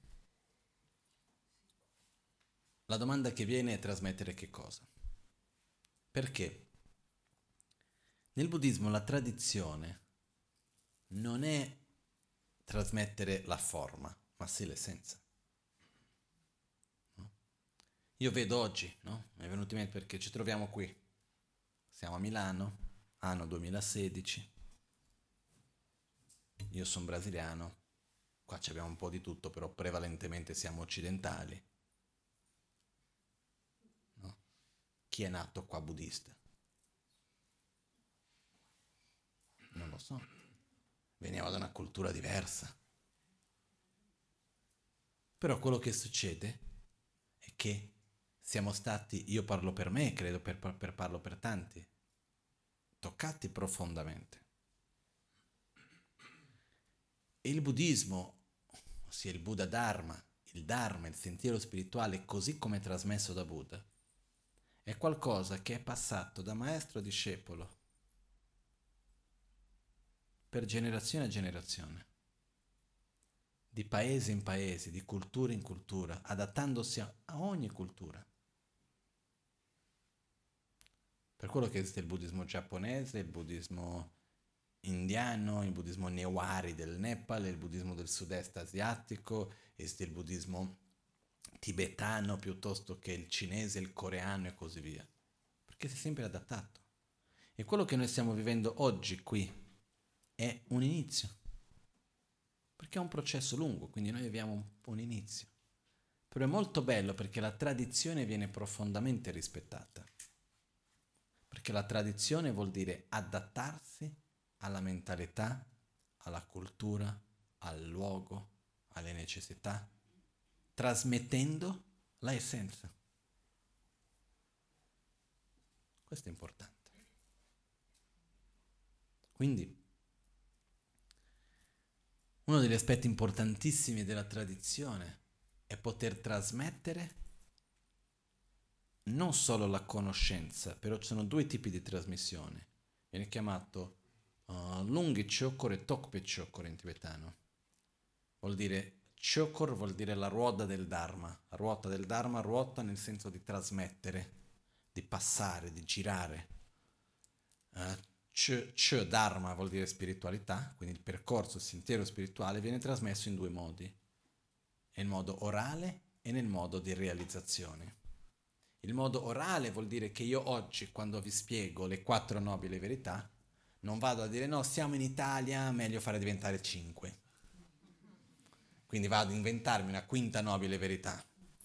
La domanda che viene è trasmettere che cosa? Perché nel buddismo la tradizione non è trasmettere la forma, ma sì l'essenza. No? Io vedo oggi, no? Mi è venuto in mente perché ci troviamo qui. Siamo a Milano, anno 2016. Io sono brasiliano. Qua abbiamo un po' di tutto, però prevalentemente siamo occidentali. No? Chi è nato qua buddista? Non lo so. Veniamo da una cultura diversa. Però quello che succede è che siamo stati, io parlo per me, credo parlo per tanti, toccati profondamente. E il buddismo, ossia il Buddha Dharma, il sentiero spirituale così come trasmesso da Buddha, è qualcosa che è passato da maestro a discepolo per generazione a generazione, di paese in paese, di cultura in cultura, adattandosi a ogni cultura. Per quello che esiste il buddismo giapponese, il buddismo indiano, il buddismo Newari del Nepal, il buddismo del sud-est asiatico, esiste il buddismo tibetano piuttosto che il cinese, il coreano e così via. Perché si è sempre adattato. E quello che noi stiamo vivendo oggi qui è un inizio. Perché è un processo lungo, quindi noi viviamo un inizio. Però è molto bello perché la tradizione viene profondamente rispettata. Perché la tradizione vuol dire adattarsi alla mentalità, alla cultura, al luogo, alle necessità, trasmettendo la essenza. Questo è importante. Quindi, uno degli aspetti importantissimi della tradizione è poter trasmettere non solo la conoscenza, però ci sono due tipi di trasmissione. Viene chiamato Lunghi Chokor e Tokpe Chokor in tibetano. Vuol dire Chokor vuol dire la ruota del Dharma. La ruota del Dharma ruota nel senso di trasmettere, di passare, di girare. Dharma vuol dire spiritualità, quindi il percorso, il sentiero spirituale viene trasmesso in due modi, nel modo orale e nel modo di realizzazione. Il modo orale vuol dire che io oggi, quando vi spiego le 4 nobili verità, non vado a dire no, siamo in Italia, meglio fare diventare 5. Quindi vado ad inventarmi una quinta nobile verità.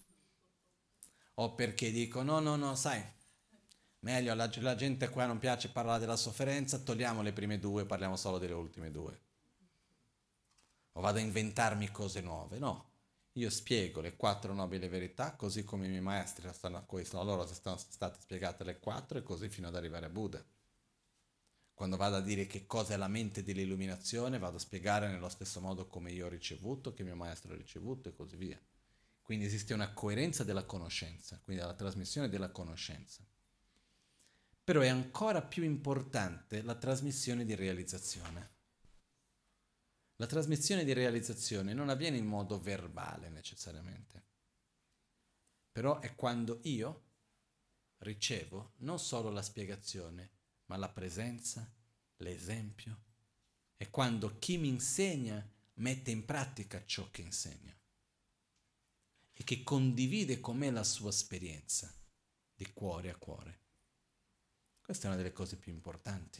O perché dico no, sai, meglio la gente qua non piace parlare della sofferenza, togliamo le prime 2, parliamo solo delle ultime 2. O vado a inventarmi cose nuove, no. Io spiego le 4 nobili verità così come i miei maestri loro sono state spiegate le 4 e così fino ad arrivare a Buddha. Quando vado a dire che cosa è la mente dell'illuminazione, vado a spiegare nello stesso modo come io ho ricevuto, che mio maestro ha ricevuto e così via. Quindi esiste una coerenza della conoscenza, quindi la trasmissione della conoscenza. Però è ancora più importante la trasmissione di realizzazione. La trasmissione di realizzazione non avviene in modo verbale necessariamente, però è quando io ricevo non solo la spiegazione, ma la presenza, l'esempio, è quando chi mi insegna mette in pratica ciò che insegna e che condivide con me la sua esperienza di cuore a cuore. Questa è una delle cose più importanti.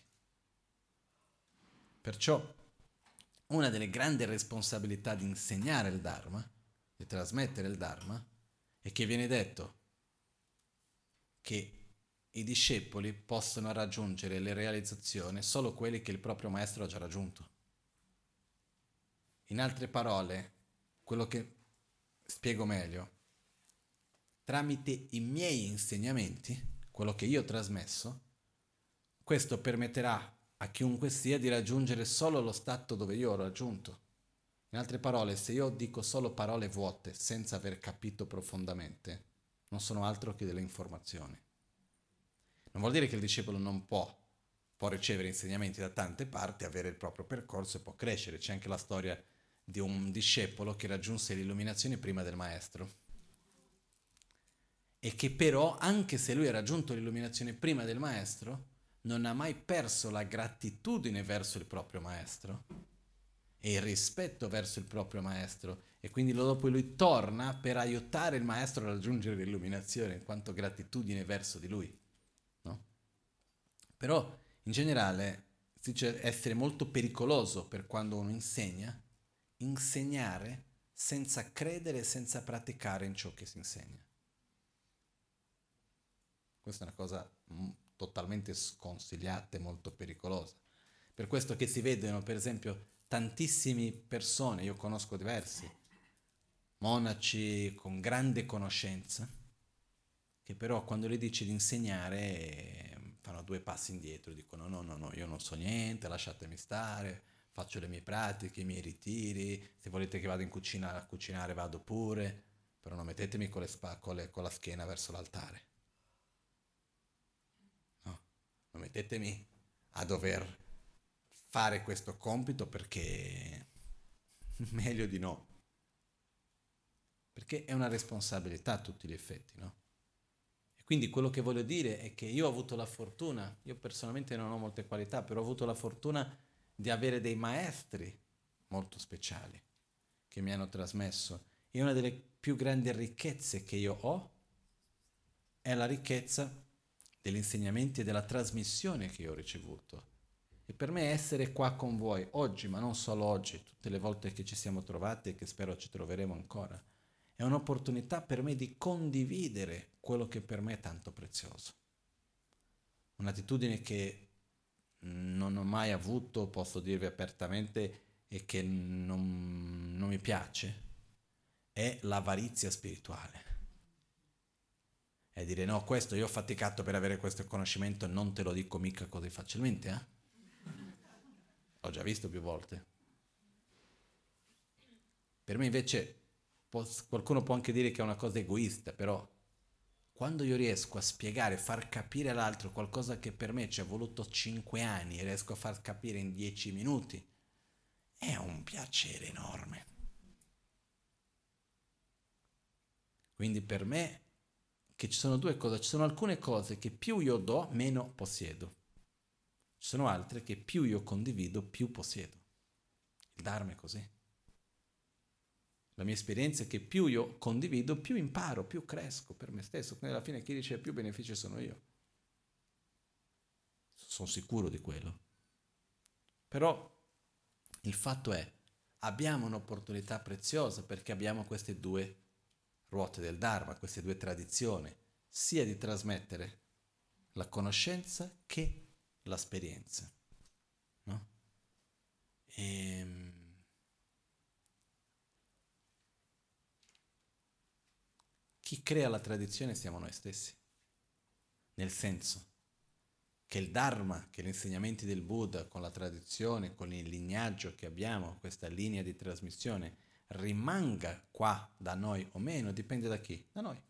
Perciò una delle grandi responsabilità di insegnare il Dharma, di trasmettere il Dharma, è che viene detto che i discepoli possono raggiungere le realizzazioni solo quelli che il proprio maestro ha già raggiunto. In altre parole, quello che spiego meglio, tramite i miei insegnamenti, quello che io ho trasmesso, questo permetterà a chiunque sia di raggiungere solo lo stato dove io ho raggiunto. In altre parole, se io dico solo parole vuote senza aver capito profondamente, non sono altro che delle informazioni. Non vuol dire che il discepolo non può ricevere insegnamenti da tante parti, avere il proprio percorso e può crescere. C'è anche la storia di un discepolo che raggiunse l'illuminazione prima del maestro e che però, anche se lui ha raggiunto l'illuminazione prima del maestro, non ha mai perso la gratitudine verso il proprio maestro e il rispetto verso il proprio maestro, e quindi dopo lui torna per aiutare il maestro a raggiungere l'illuminazione in quanto gratitudine verso di lui, no? Però in generale si dice essere molto pericoloso per quando uno insegna, insegnare senza credere e senza praticare in ciò che si insegna. Questa è una cosa totalmente sconsigliata e molto pericolosa. Per questo che si vedono, per esempio, tantissime persone, io conosco diversi, monaci con grande conoscenza, che però quando le dici di insegnare fanno due passi indietro, dicono no, io non so niente, lasciatemi stare, faccio le mie pratiche, i miei ritiri, se volete che vada in cucina a cucinare vado pure, però non mettetemi con con la schiena verso l'altare. No, non mettetemi a dover fare questo compito perché meglio di no. Perché è una responsabilità a tutti gli effetti, no? E quindi quello che voglio dire è che io ho avuto la fortuna, io personalmente non ho molte qualità, però ho avuto la fortuna di avere dei maestri molto speciali che mi hanno trasmesso. E una delle più grandi ricchezze che io ho è la ricchezza degli insegnamenti e della trasmissione che io ho ricevuto. E per me essere qua con voi oggi, ma non solo oggi, tutte le volte che ci siamo trovati e che spero ci troveremo ancora, è un'opportunità per me di condividere quello che per me è tanto prezioso. Un'attitudine che non ho mai avuto, posso dirvi apertamente, e che non mi piace, è l'avarizia spirituale. È dire no, questo io ho faticato per avere questo conoscimento, non te lo dico mica così facilmente, eh? L'ho già visto più volte. Per me invece qualcuno può anche dire che è una cosa egoista, però quando io riesco a spiegare, far capire all'altro qualcosa che per me ci è voluto 5 anni e riesco a far capire in 10 minuti, è un piacere enorme. Quindi per me che ci sono due cose, ci sono alcune cose che più io do, meno possiedo. Ci sono altre che più io condivido, più possiedo. Il Dharma è così. La mia esperienza è che più io condivido, più imparo, più cresco per me stesso. Quindi alla fine chi dice più benefici sono io. Sono sicuro di quello. Però il fatto è, abbiamo un'opportunità preziosa perché abbiamo queste due ruote del Dharma, queste due tradizioni, sia di trasmettere la conoscenza che l'esperienza. No? E chi crea la tradizione siamo noi stessi. Nel senso, che il Dharma, che gli insegnamenti del Buddha, con la tradizione, con il lignaggio che abbiamo, questa linea di trasmissione, rimanga qua da noi o meno, dipende da chi? Da noi,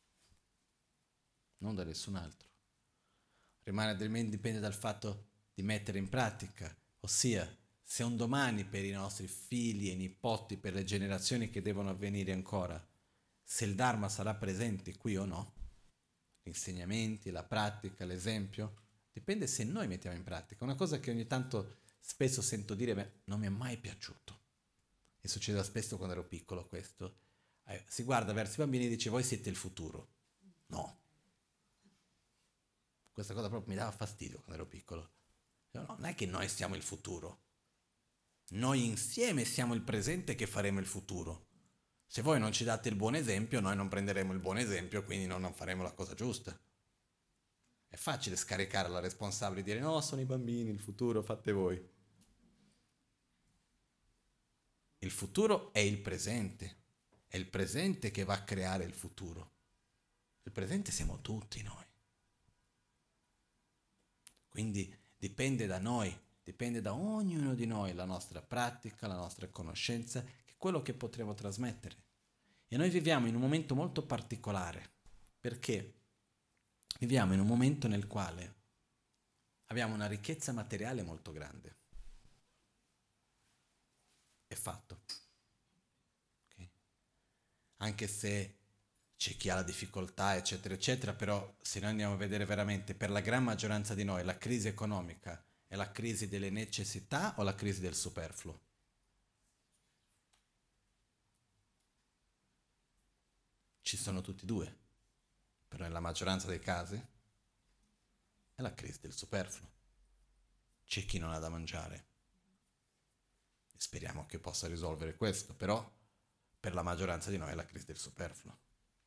non da nessun altro. Dipende dal fatto di mettere in pratica, ossia se un domani per i nostri figli e nipoti, per le generazioni che devono avvenire ancora, se il Dharma sarà presente qui o no, gli insegnamenti, la pratica, l'esempio, dipende se noi mettiamo in pratica. Una cosa che ogni tanto spesso sento dire, beh, non mi è mai piaciuto, e succedeva spesso quando ero piccolo questo, si guarda verso i bambini e dice voi siete il futuro. No. Questa cosa proprio mi dava fastidio quando ero piccolo. No, non è che noi siamo il futuro. Noi insieme siamo il presente che faremo il futuro. Se voi non ci date il buon esempio, noi non prenderemo il buon esempio, quindi non faremo la cosa giusta. È facile scaricare la responsabilità e dire no, sono i bambini, il futuro fate voi. Il futuro è il presente che va a creare il futuro. Il presente siamo tutti noi. Quindi dipende da noi, dipende da ognuno di noi la nostra pratica, la nostra conoscenza, che è quello che potremo trasmettere. E noi viviamo in un momento molto particolare, perché viviamo in un momento nel quale abbiamo una ricchezza materiale molto grande. È fatto. Okay? Anche se c'è chi ha la difficoltà, eccetera, eccetera, però se noi andiamo a vedere veramente, per la gran maggioranza di noi, la crisi economica è la crisi delle necessità o la crisi del superfluo? Ci sono tutti e due, però nella maggioranza dei casi è la crisi del superfluo. C'è chi non ha da mangiare. Speriamo che possa risolvere questo, però per la maggioranza di noi è la crisi del superfluo.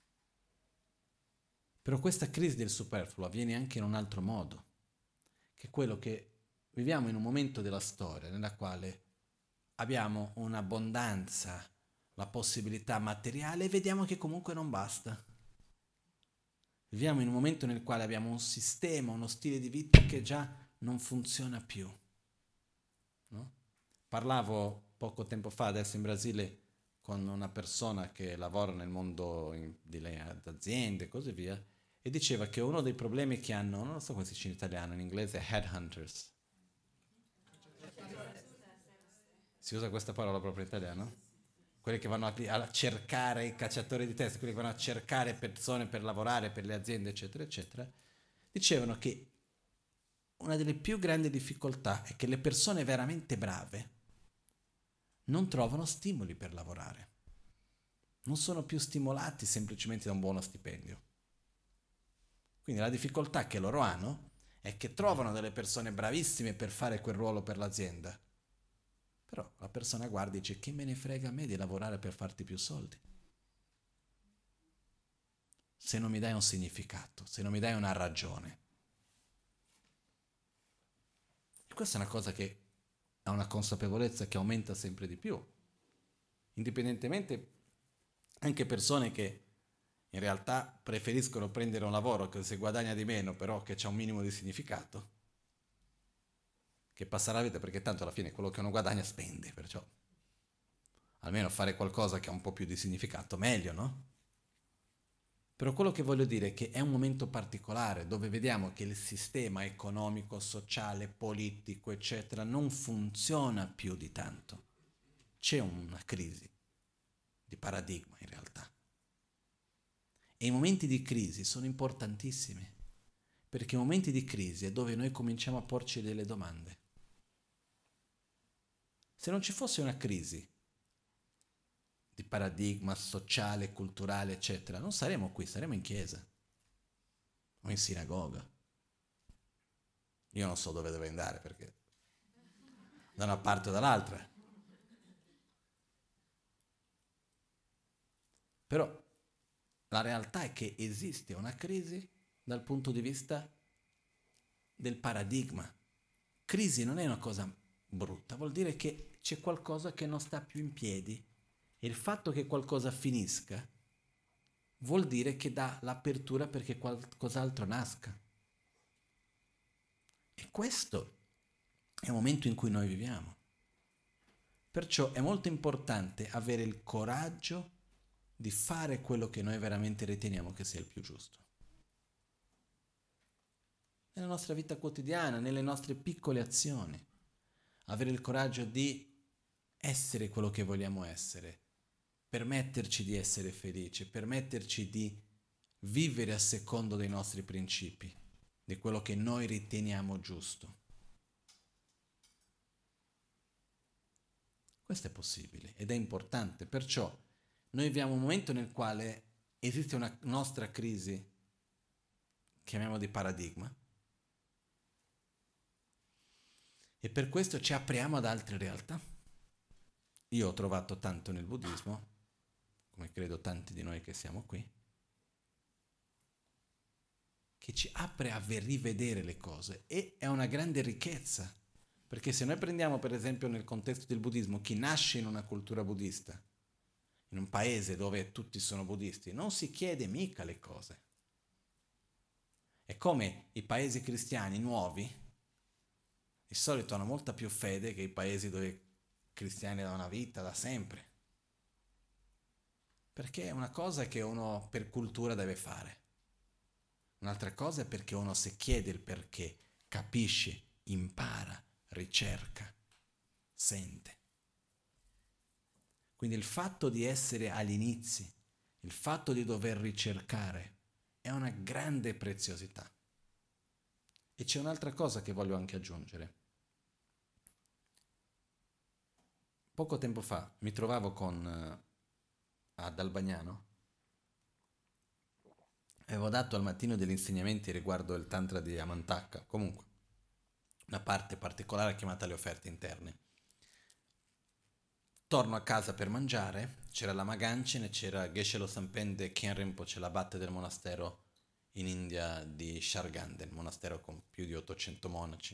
Però questa crisi del superfluo avviene anche in un altro modo, che è quello che viviamo in un momento della storia nella quale abbiamo un'abbondanza, la possibilità materiale e vediamo che comunque non basta. Viviamo in un momento nel quale abbiamo un sistema, uno stile di vita che già non funziona più. No? Parlavo poco tempo fa, adesso in Brasile, con una persona che lavora nel mondo delle aziende e così via, e diceva che uno dei problemi che hanno, non so come si dice in italiano, in inglese è headhunters. Si usa questa parola proprio in italiano? Quelli che vanno a cercare i cacciatori di teste, quelli che vanno a cercare persone per lavorare per le aziende, eccetera, eccetera, dicevano che una delle più grandi difficoltà è che le persone veramente brave non trovano stimoli per lavorare. Non sono più stimolati semplicemente da un buono stipendio. Quindi la difficoltà che loro hanno è che trovano delle persone bravissime per fare quel ruolo per l'azienda. Però la persona guarda e dice che me ne frega a me di lavorare per farti più soldi. Se non mi dai un significato, se non mi dai una ragione. E questa è una cosa che ha una consapevolezza che aumenta sempre di più. Indipendentemente, anche persone che in realtà preferiscono prendere un lavoro che si guadagna di meno, però che ha un minimo di significato, che passa la vita, perché tanto alla fine quello che uno guadagna spende, perciò almeno fare qualcosa che ha un po' più di significato, meglio, no? Però quello che voglio dire è che è un momento particolare dove vediamo che il sistema economico, sociale, politico, eccetera, non funziona più di tanto. C'è una crisi di paradigma in realtà. E i momenti di crisi sono importantissimi, perché i momenti di crisi è dove noi cominciamo a porci delle domande. Se non ci fosse una crisi di paradigma sociale, culturale, eccetera, non saremmo qui, saremmo in chiesa o in sinagoga. Io non so dove dovrei andare perché da una parte o dall'altra. Però la realtà è che esiste una crisi dal punto di vista del paradigma. Crisi non è una cosa brutta, vuol dire che c'è qualcosa che non sta più in piedi e il fatto che qualcosa finisca vuol dire che dà l'apertura perché qualcos'altro nasca. E questo è il momento in cui noi viviamo. Perciò è molto importante avere il coraggio di fare quello che noi veramente riteniamo che sia il più giusto. Nella nostra vita quotidiana, nelle nostre piccole azioni. Avere il coraggio di essere quello che vogliamo essere, permetterci di essere felici, permetterci di vivere a secondo dei nostri principi, di quello che noi riteniamo giusto. Questo è possibile ed è importante, perciò noi viviamo un momento nel quale esiste una nostra crisi, chiamiamo di paradigma, e per questo ci apriamo ad altre realtà. Io ho trovato tanto nel buddismo, come credo tanti di noi che siamo qui, che ci apre a rivedere le cose e è una grande ricchezza. Perché se noi prendiamo per esempio nel contesto del buddismo chi nasce in una cultura buddista, in un paese dove tutti sono buddisti, non si chiede mica le cose. È come i paesi cristiani nuovi, di solito hanno molta più fede che i paesi dove i cristiani da una vita, da sempre. Perché è una cosa che uno per cultura deve fare. Un'altra cosa è perché uno se chiede il perché, capisce, impara, ricerca, sente. Quindi il fatto di essere agli inizi, il fatto di dover ricercare è una grande preziosità. E c'è un'altra cosa che voglio anche aggiungere. Poco tempo fa mi trovavo ad Albagnano. Avevo dato al mattino degli insegnamenti riguardo il Tantra di Amantaka, comunque una parte particolare chiamata le offerte interne. Torno a casa per mangiare, c'era la Maganchen e c'era Geshe Lo Sampende Khen Rinpoche, l'abate del monastero in India di Sharganden, monastero con più di 800 monaci.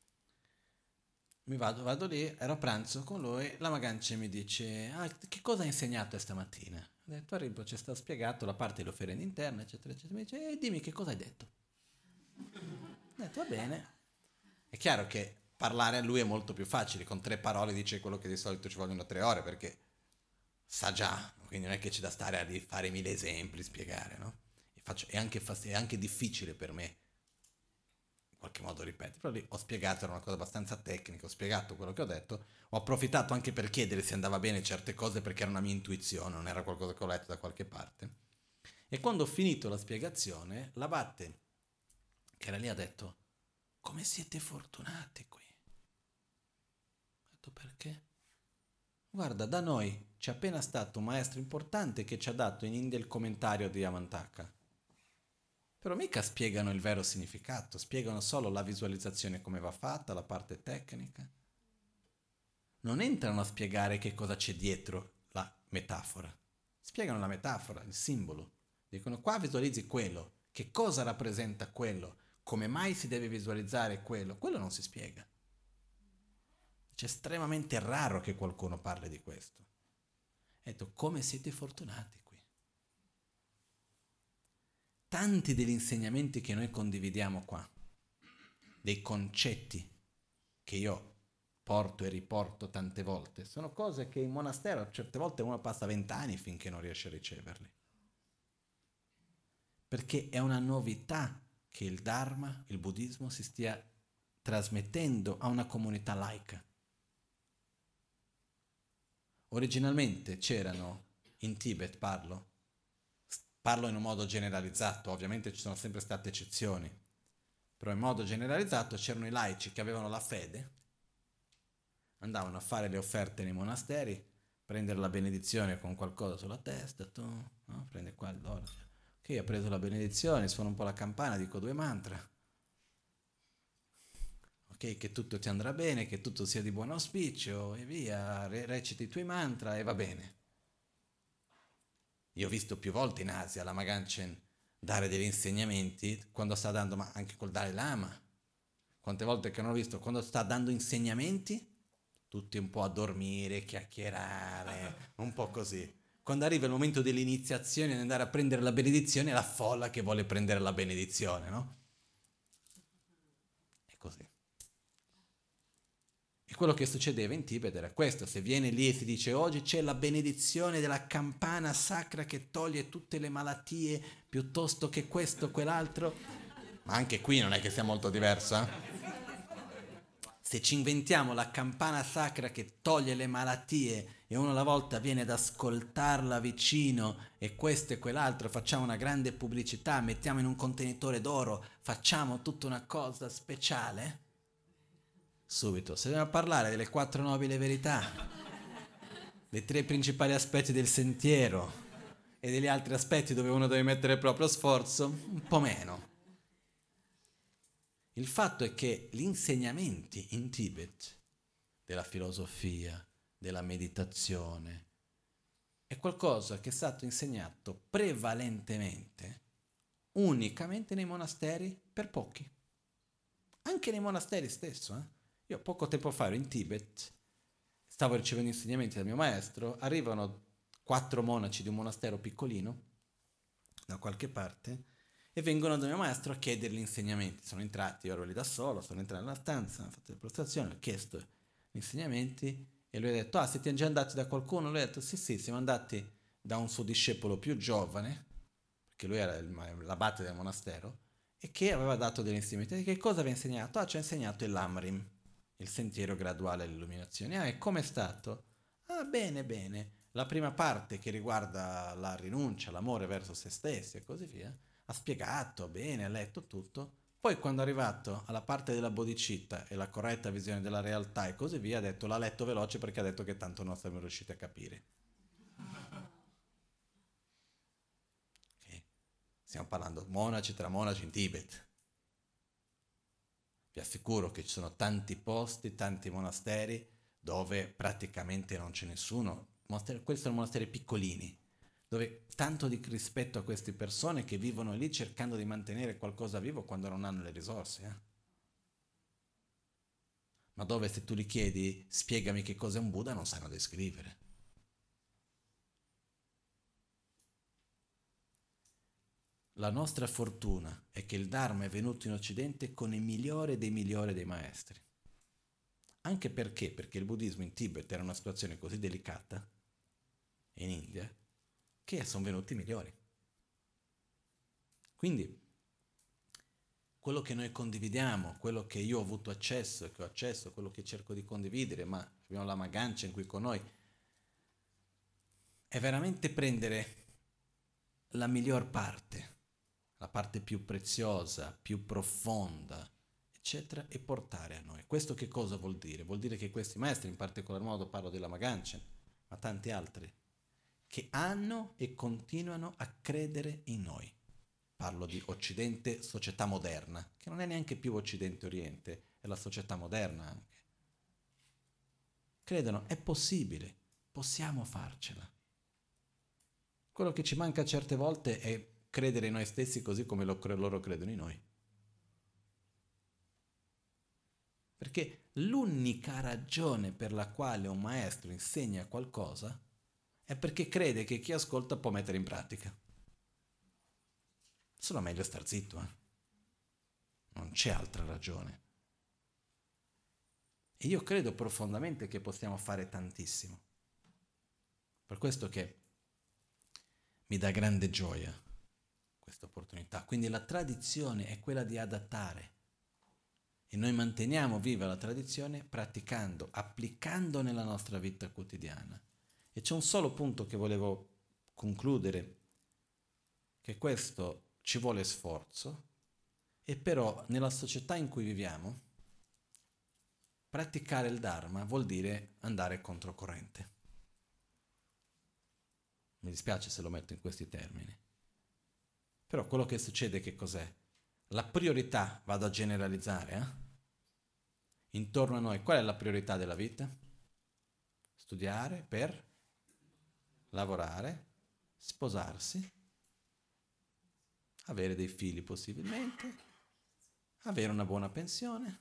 Vado lì, ero a pranzo con lui, la Maganchen mi dice: che cosa hai insegnato stamattina? Ho detto: a Rinpoche sta spiegato la parte delle offerte interne, eccetera, eccetera. Mi dice: dimmi che cosa hai detto. Ho detto: va bene. È chiaro che parlare a lui è molto più facile, con 3 parole dice quello che di solito ci vogliono 3 ore, perché sa già, quindi non è che c'è da stare a fare 1000 esempi, spiegare, no? È anche difficile per me, in qualche modo ripetere, però lì ho spiegato, era una cosa abbastanza tecnica, ho spiegato quello che ho detto, ho approfittato anche per chiedere se andava bene certe cose perché era una mia intuizione, non era qualcosa che ho letto da qualche parte. E quando ho finito la spiegazione, l'abate, che era lì, ha detto: come siete fortunati qui. Ho detto: perché? Guarda, da noi c'è appena stato un maestro importante che ci ha dato in India il commentario di Amantaka. Però mica spiegano il vero significato, spiegano solo la visualizzazione come va fatta, la parte tecnica. Non entrano a spiegare che cosa c'è dietro la metafora. Spiegano la metafora, il simbolo. Dicono: qua visualizzi quello, che cosa rappresenta quello, come mai si deve visualizzare quello. Quello non si spiega. C'è estremamente raro che qualcuno parli di questo. Ho detto: come siete fortunati qui. Tanti degli insegnamenti che noi condividiamo qua, dei concetti che io porto e riporto tante volte, sono cose che in monastero certe volte uno passa 20 anni finché non riesce a riceverli. Perché è una novità che il Dharma, il buddismo, si stia trasmettendo a una comunità laica. Originalmente c'erano, in Tibet parlo in un modo generalizzato, ovviamente ci sono sempre state eccezioni, però in modo generalizzato c'erano i laici che avevano la fede, andavano a fare le offerte nei monasteri, prendere la benedizione con qualcosa sulla testa, tu, no? Prende qua l'oro. Ok, ho preso la benedizione, suono un po' la campana, dico 2 mantra. Ok, che tutto ti andrà bene, che tutto sia di buon auspicio e via, reciti i tuoi mantra e va bene. Io ho visto più volte in Asia la Maganchen dare degli insegnamenti quando sta dando, ma anche col Dalai Lama. Quante volte che non ho visto, quando sta dando insegnamenti, tutti un po' a dormire, chiacchierare, un po' così. Quando arriva il momento dell'iniziazione, di andare a prendere la benedizione, è la folla che vuole prendere la benedizione, no? È così. E quello che succedeva in Tibet era questo: se viene lì e si dice oggi c'è la benedizione della campana sacra che toglie tutte le malattie, piuttosto che questo o quell'altro, ma anche qui non è che sia molto diverso, eh? Se ci inventiamo la campana sacra che toglie le malattie e uno alla volta viene ad ascoltarla vicino e questo e quell'altro, facciamo una grande pubblicità, mettiamo in un contenitore d'oro, facciamo tutta una cosa speciale, subito, se dobbiamo parlare delle 4 nobili verità, dei 3 principali aspetti del sentiero e degli altri aspetti dove uno deve mettere il proprio sforzo, un po' meno. Il fatto è che gli insegnamenti in Tibet della filosofia, della meditazione, è qualcosa che è stato insegnato prevalentemente, unicamente nei monasteri per pochi. Anche nei monasteri stesso. Io poco tempo fa ero in Tibet, stavo ricevendo insegnamenti dal mio maestro, arrivano 4 monaci di un monastero piccolino, da qualche parte, e vengono dal mio maestro a chiedere gli insegnamenti. Sono entrati, io ero lì da solo, sono entrato nella stanza, ho fatto le prestazioni, ho chiesto gli insegnamenti e lui ha detto, se ti hanno già andati da qualcuno? Lui ha detto, sì, siamo andati da un suo discepolo più giovane, perché lui era l'abate del monastero, e che aveva dato degli insegnamenti. Che cosa aveva insegnato? Ci ha insegnato il Lamrim, il sentiero graduale all'illuminazione. E com'è stato? Bene, bene. La prima parte che riguarda la rinuncia, l'amore verso se stessi e così via, ha spiegato bene, ha letto tutto. Poi quando è arrivato alla parte della bodhicitta e la corretta visione della realtà e così via, ha detto, l'ha letto veloce perché ha detto che tanto non siamo riusciti a capire. Okay. Stiamo parlando monaci tra monaci in Tibet. Vi assicuro che ci sono tanti posti, tanti monasteri dove praticamente non c'è nessuno. Questi sono monasteri piccolini, dove tanto di rispetto a queste persone che vivono lì cercando di mantenere qualcosa vivo quando non hanno le risorse. Ma dove se tu gli chiedi spiegami che cos'è un Buddha non sanno descrivere. La nostra fortuna è che il Dharma è venuto in Occidente con il migliore dei maestri. Anche perché il buddismo in Tibet era una situazione così delicata, in India, che sono venuti i migliori. Quindi quello che noi condividiamo, quello che io ho avuto accesso e che ho accesso, quello che cerco di condividere, ma abbiamo la Magancia in qui con noi, è veramente prendere la miglior parte, la parte più preziosa, più profonda, eccetera, e portare a noi. Questo che cosa vuol dire? Vuol dire che questi maestri, in particolar modo parlo della Magancia, ma tanti altri, che hanno e continuano a credere in noi. Parlo di Occidente, società moderna, che non è neanche più Occidente-Oriente, è la società moderna anche. Credono, è possibile, possiamo farcela. Quello che ci manca certe volte è credere in noi stessi così come loro credono in noi. Perché l'unica ragione per la quale un maestro insegna qualcosa è perché crede che chi ascolta può mettere in pratica. Se no è meglio star zitto, Non c'è altra ragione. E io credo profondamente che possiamo fare tantissimo. Per questo che mi dà grande gioia questa opportunità. Quindi la tradizione è quella di adattare. E noi manteniamo viva la tradizione praticando, applicando nella nostra vita quotidiana. E c'è un solo punto che volevo concludere, che questo ci vuole sforzo, e però nella società in cui viviamo, praticare il Dharma vuol dire andare controcorrente. Mi dispiace se lo metto in questi termini. Però quello che succede che cos'è? La priorità, vado a generalizzare, intorno a noi, qual è la priorità della vita? Studiare per lavorare, sposarsi, avere dei figli possibilmente, avere una buona pensione,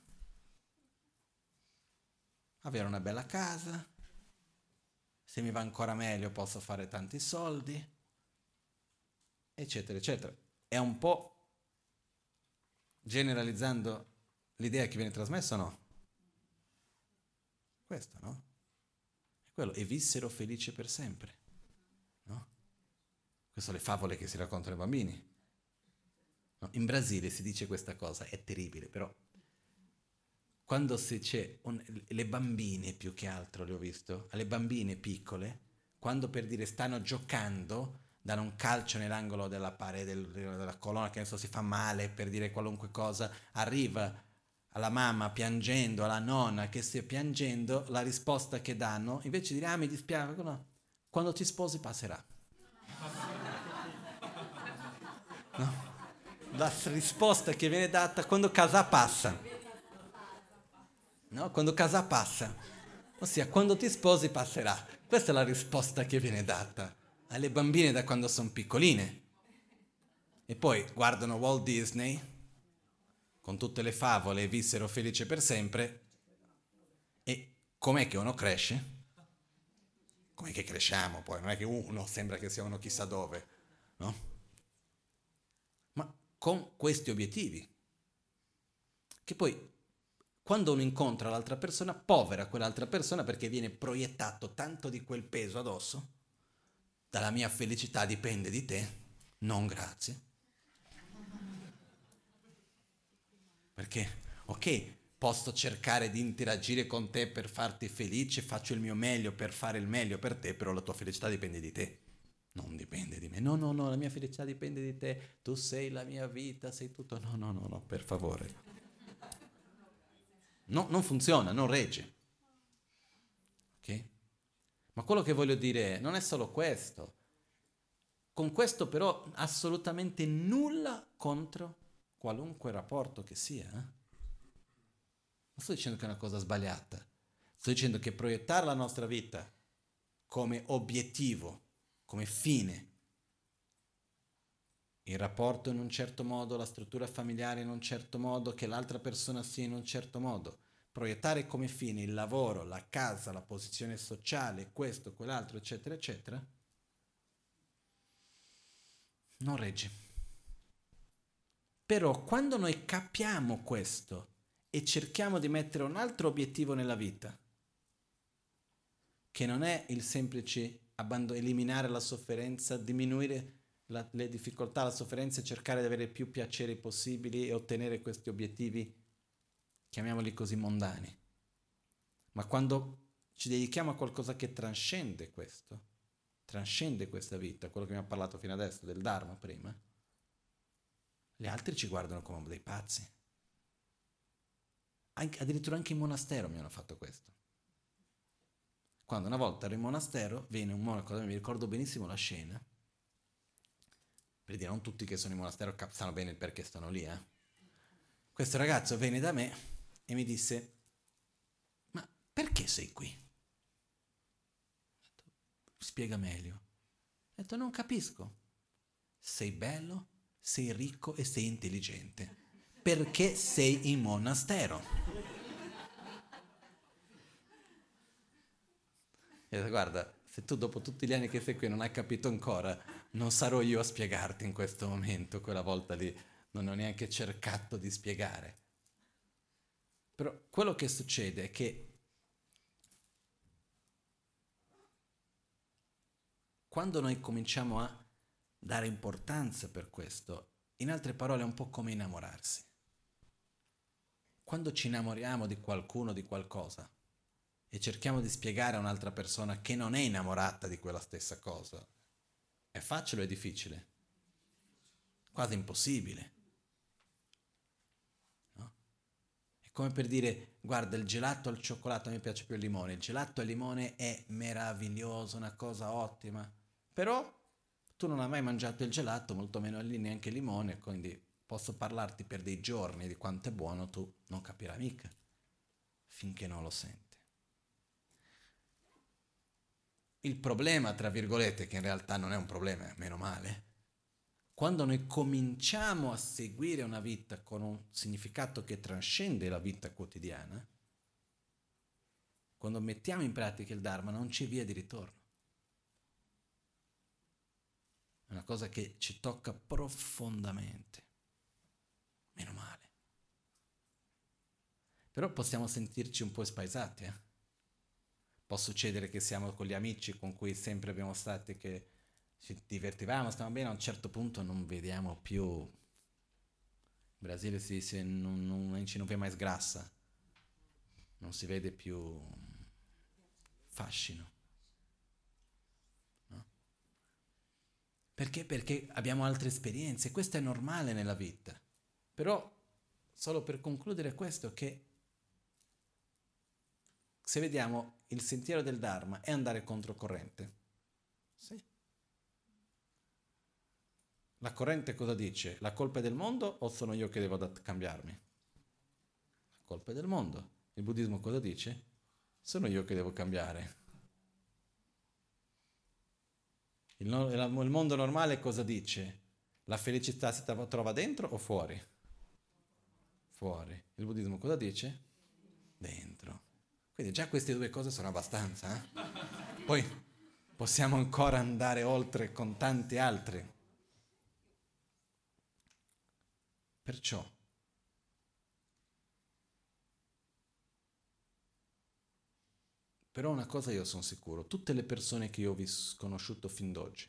avere una bella casa, se mi va ancora meglio posso fare tanti soldi, eccetera, eccetera. È un po' generalizzando l'idea che viene trasmessa o no? questo, no? È quello, e vissero felici per sempre, no? Queste sono le favole che si raccontano ai bambini. No? In Brasile si dice questa cosa, è terribile, però quando le bambine più che altro le ho visto, alle bambine piccole, quando per dire stanno giocando, danno un calcio nell'angolo della parete, della colonna, che adesso si fa male, per dire qualunque cosa, arriva alla mamma piangendo, alla nonna che stia piangendo, la risposta che danno, invece di dire mi dispiace, no, quando ti sposi passerà. No? La risposta che viene data quando casa passa. No? Quando casa passa. Ossia, quando ti sposi passerà. Questa è la risposta che viene data alle bambine da quando sono piccoline. E poi guardano Walt Disney con tutte le favole e vissero felice per sempre. E com'è che uno cresce? Com'è che cresciamo poi? Non è che uno sembra che sia uno chissà dove, no? Ma con questi obiettivi. Che poi, quando uno incontra l'altra persona, povera quell'altra persona perché viene proiettato tanto di quel peso addosso. Dalla mia felicità dipende di te, non grazie. Perché, ok, posso cercare di interagire con te per farti felice, faccio il mio meglio per fare il meglio per te, però la tua felicità dipende di te. Non dipende di me. No, no, no, la mia felicità dipende di te. Tu sei la mia vita, sei tutto. No, no, no, no, per favore. No, non funziona, non regge. Ok? Ma quello che voglio dire non è solo questo. Con questo però assolutamente nulla contro qualunque rapporto che sia. Non sto dicendo che è una cosa sbagliata. Sto dicendo che proiettare la nostra vita come obiettivo, come fine, il rapporto in un certo modo, la struttura familiare in un certo modo, che l'altra persona sia in un certo modo, proiettare come fine il lavoro, la casa, la posizione sociale, questo, quell'altro, eccetera, eccetera, non regge. Però quando noi capiamo questo e cerchiamo di mettere un altro obiettivo nella vita, che non è il semplice eliminare la sofferenza, diminuire le difficoltà, la sofferenza e cercare di avere più piaceri possibili e ottenere questi obiettivi, chiamiamoli così, mondani. Ma quando ci dedichiamo a qualcosa che trascende questo, trascende questa vita, quello che mi ha parlato fino adesso del Dharma prima, gli altri ci guardano come dei pazzi. Addirittura anche in monastero mi hanno fatto questo. Quando una volta ero in monastero, viene un monaco, mi ricordo benissimo la scena, per dire, non tutti che sono in monastero sanno bene il perché stanno lì, Questo ragazzo venne da me e mi disse, ma perché sei qui? Ho detto, spiega meglio. Ho detto, non capisco. Sei bello, sei ricco e sei intelligente. Perché sei in monastero? E ho detto, guarda, se tu dopo tutti gli anni che sei qui non hai capito ancora, non sarò io a spiegarti in questo momento, quella volta lì non ho neanche cercato di spiegare. Però quello che succede è che quando noi cominciamo a dare importanza per questo, in altre parole è un po' come innamorarsi. Quando ci innamoriamo di qualcuno, di qualcosa, e cerchiamo di spiegare a un'altra persona che non è innamorata di quella stessa cosa, è facile o è difficile? Quasi impossibile. No? È come per dire, guarda, il gelato al cioccolato, a me piace più il limone, il gelato al limone è meraviglioso, una cosa ottima, però tu non hai mai mangiato il gelato, molto meno lì neanche il limone, quindi posso parlarti per dei giorni di quanto è buono, tu non capirai mica, finché non lo senti. Il problema, tra virgolette, che in realtà non è un problema, meno male, quando noi cominciamo a seguire una vita con un significato che trascende la vita quotidiana, quando mettiamo in pratica il Dharma non c'è via di ritorno. È una cosa che ci tocca profondamente. Meno male. Però possiamo sentirci un po' spaesati, può succedere che siamo con gli amici con cui sempre abbiamo stati, che ci divertivamo, stavamo bene, a un certo punto non vediamo più. In Brasile si dice non, a gente non vê mais graça, non si vede più fascino, no? Perché? Perché abbiamo altre esperienze, questo è normale nella vita. Però, solo per concludere questo, che se vediamo il sentiero del Dharma è andare controcorrente. Sì. La corrente cosa dice? La colpa è del mondo o sono io che devo cambiarmi? La colpa è del mondo. Il buddismo cosa dice? Sono io che devo cambiare. Il mondo normale cosa dice? La felicità si trova dentro o fuori? Fuori. Il buddismo cosa dice? Dentro. Quindi già queste due cose sono abbastanza. Poi possiamo ancora andare oltre con tanti altri. Perciò, però una cosa io sono sicuro, tutte le persone che io ho conosciuto fin d'oggi,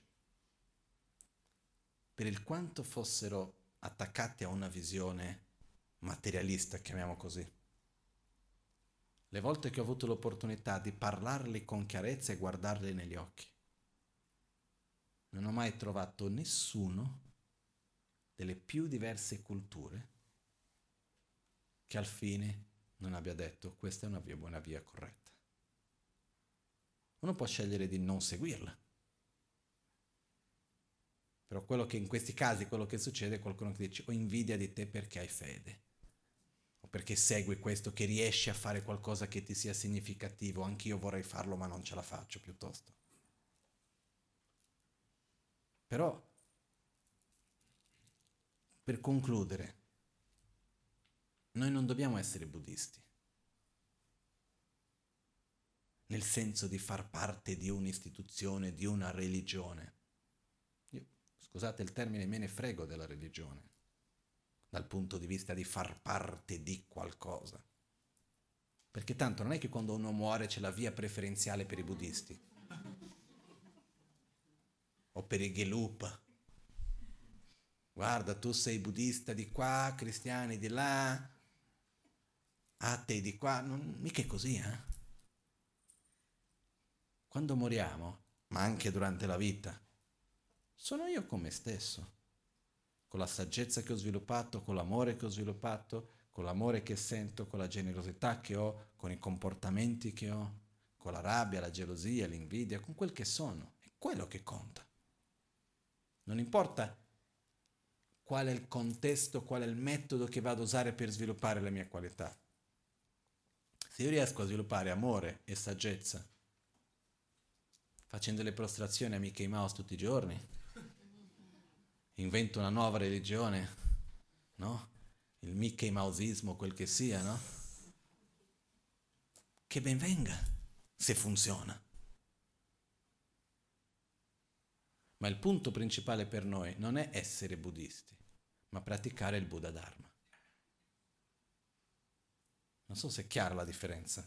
per il quanto fossero attaccati a una visione materialista, chiamiamo così, le volte che ho avuto l'opportunità di parlarli con chiarezza e guardarli negli occhi, non ho mai trovato nessuno delle più diverse culture che al fine non abbia detto questa è una buona via corretta. Uno può scegliere di non seguirla, però quello che in questi casi quello che succede è qualcuno che dice ho invidia di te perché hai fede o perché segui questo, che riesci a fare qualcosa che ti sia significativo, anch'io vorrei farlo ma non ce la faccio piuttosto. Però per concludere, noi non dobbiamo essere buddisti, nel senso di far parte di un'istituzione, di una religione. Io, scusate il termine, me ne frego della religione, dal punto di vista di far parte di qualcosa. Perché tanto non è che quando uno muore c'è la via preferenziale per i buddisti o per i Gelupa. Guarda, tu sei buddista di qua, cristiani di là, atei di qua, mica è così, eh? Quando moriamo, ma anche durante la vita, sono io con me stesso, con la saggezza che ho sviluppato, con l'amore che ho sviluppato, con l'amore che sento, con la generosità che ho, con i comportamenti che ho, con la rabbia, la gelosia, l'invidia, con quel che sono. È quello che conta. Non importa qual è il contesto, qual è il metodo che vado a usare per sviluppare le mie qualità. Se io riesco a sviluppare amore e saggezza facendo le prostrazioni a Mickey Mouse tutti i giorni, invento una nuova religione, no? Il Mickey Mouseismo, quel che sia, no? Che ben venga, se funziona. Ma il punto principale per noi non è essere buddisti, ma praticare il Buddha Dharma. Non so se è chiara la differenza.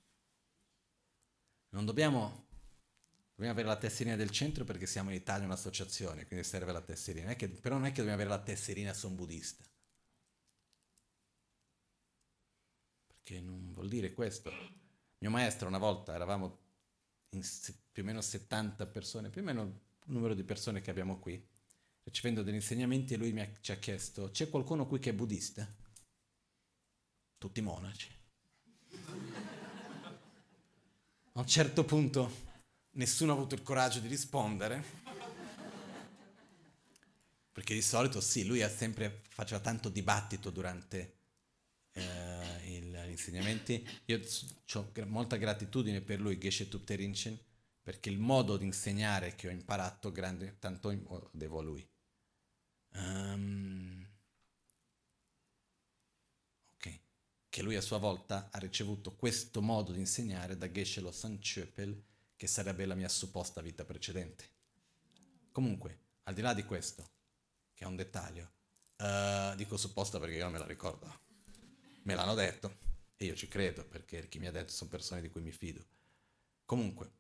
Non dobbiamo avere la tesserina del centro perché siamo in Italia un'associazione, quindi serve la tesserina. Però non è che dobbiamo avere la tesserina sono buddista. Perché non vuol dire questo. Mio maestro una volta, eravamo più o meno 70 persone, più o meno il numero di persone che abbiamo qui, ricevendo degli insegnamenti, e lui ci ha chiesto, c'è qualcuno qui che è buddista? Tutti monaci. A un certo punto nessuno ha avuto il coraggio di rispondere, perché di solito sì, lui faceva tanto dibattito durante gli insegnamenti. Io ho molta gratitudine per lui, Geshe Thupten Rinchen, perché il modo di insegnare che ho imparato tanto devo a lui. Ok, che lui a sua volta ha ricevuto questo modo di insegnare da Geshe Losang Chöpel, che sarebbe la mia supposta vita precedente. Comunque, al di là di questo, che è un dettaglio, dico supposta perché io non me la ricordo, me l'hanno detto e io ci credo perché chi mi ha detto sono persone di cui mi fido. Comunque,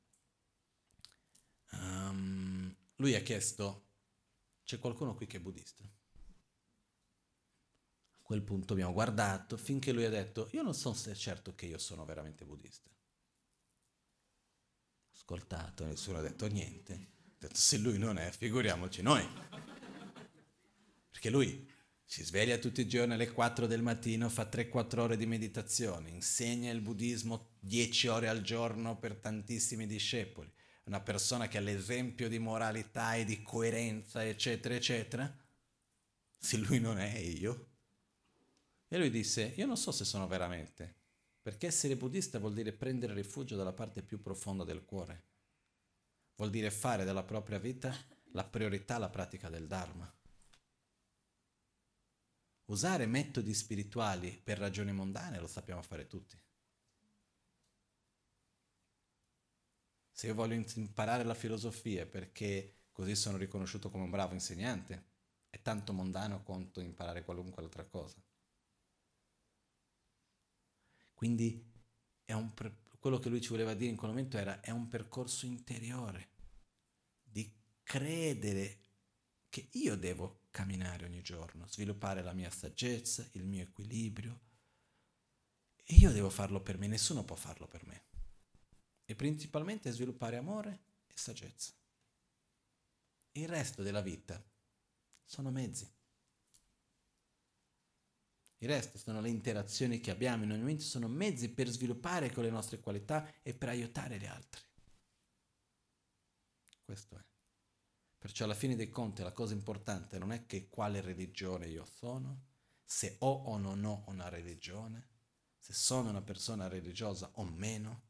lui ha chiesto, c'è qualcuno qui che è buddista? A quel punto abbiamo guardato finché lui ha detto, io non sono certo che io sono veramente buddista. Ascoltato, nessuno ha detto niente. Ha detto, se lui non è, figuriamoci noi. Perché lui si sveglia tutti i giorni alle 4 del mattino, fa 3-4 ore di meditazione, insegna il buddismo 10 ore al giorno per tantissimi discepoli. Una persona che ha l'esempio di moralità e di coerenza, eccetera, eccetera. Se lui non è io. E lui disse, io non so se sono veramente, perché essere buddista vuol dire prendere rifugio dalla parte più profonda del cuore. Vuol dire fare della propria vita la priorità, la pratica del Dharma. Usare metodi spirituali per ragioni mondane lo sappiamo fare tutti. Se io voglio imparare la filosofia perché così sono riconosciuto come un bravo insegnante, è tanto mondano quanto imparare qualunque altra cosa. Quindi quello che lui ci voleva dire in quel momento è un percorso interiore di credere che io devo camminare ogni giorno, sviluppare la mia saggezza, il mio equilibrio, e io devo farlo per me, nessuno può farlo per me. E principalmente sviluppare amore e saggezza. Il resto della vita sono mezzi. Il resto sono le interazioni che abbiamo in ogni momento, sono mezzi per sviluppare con le nostre qualità e per aiutare gli altri. Questo è. Perciò alla fine dei conti la cosa importante non è che quale religione io sono, se ho o non ho una religione, se sono una persona religiosa o meno,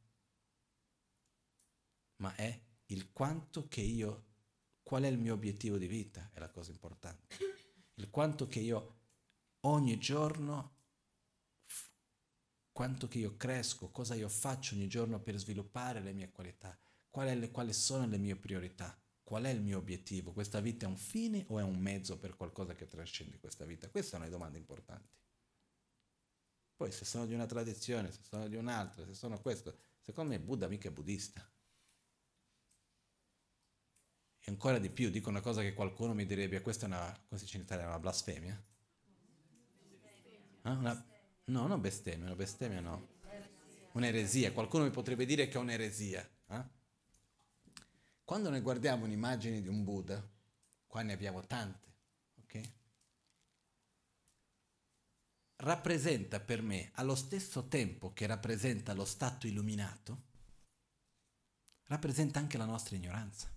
ma è il quanto che io, qual è il mio obiettivo di vita, è la cosa importante. Il quanto che io ogni giorno, quanto che io cresco, cosa io faccio ogni giorno per sviluppare le mie qualità, quali sono le mie priorità, qual è il mio obiettivo, questa vita è un fine o è un mezzo per qualcosa che trascende questa vita? Queste sono le domande importanti. Poi se sono di una tradizione, se sono di un'altra, se sono questo, secondo me Buddha mica è buddista. E ancora di più, dico una cosa che qualcuno mi direbbe, questa è una, come si dice in italiano, una blasfemia? No, non bestemmia, una bestemmia no. Un'eresia, qualcuno mi potrebbe dire che è un'eresia. Quando noi guardiamo un'immagine di un Buddha, qua ne abbiamo tante, ok? Rappresenta per me, allo stesso tempo che rappresenta lo stato illuminato, rappresenta anche la nostra ignoranza.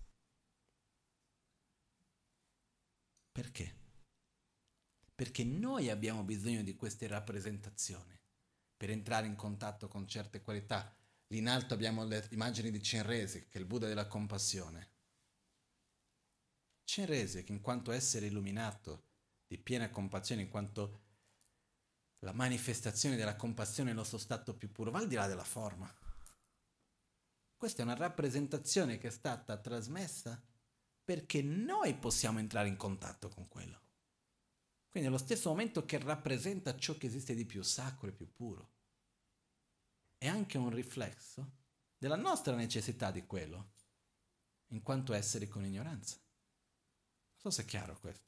Perché? Perché noi abbiamo bisogno di queste rappresentazioni per entrare in contatto con certe qualità. Lì in alto abbiamo le immagini di Chenrezig, che è il Buddha della compassione. Chenrezig, in quanto essere illuminato, di piena compassione, in quanto la manifestazione della compassione è il nostro stato più puro, va al di là della forma. Questa è una rappresentazione che è stata trasmessa perché noi possiamo entrare in contatto con quello. Quindi è lo stesso momento che rappresenta ciò che esiste di più sacro e più puro. È anche un riflesso della nostra necessità di quello, in quanto esseri con ignoranza. Non so se è chiaro questo.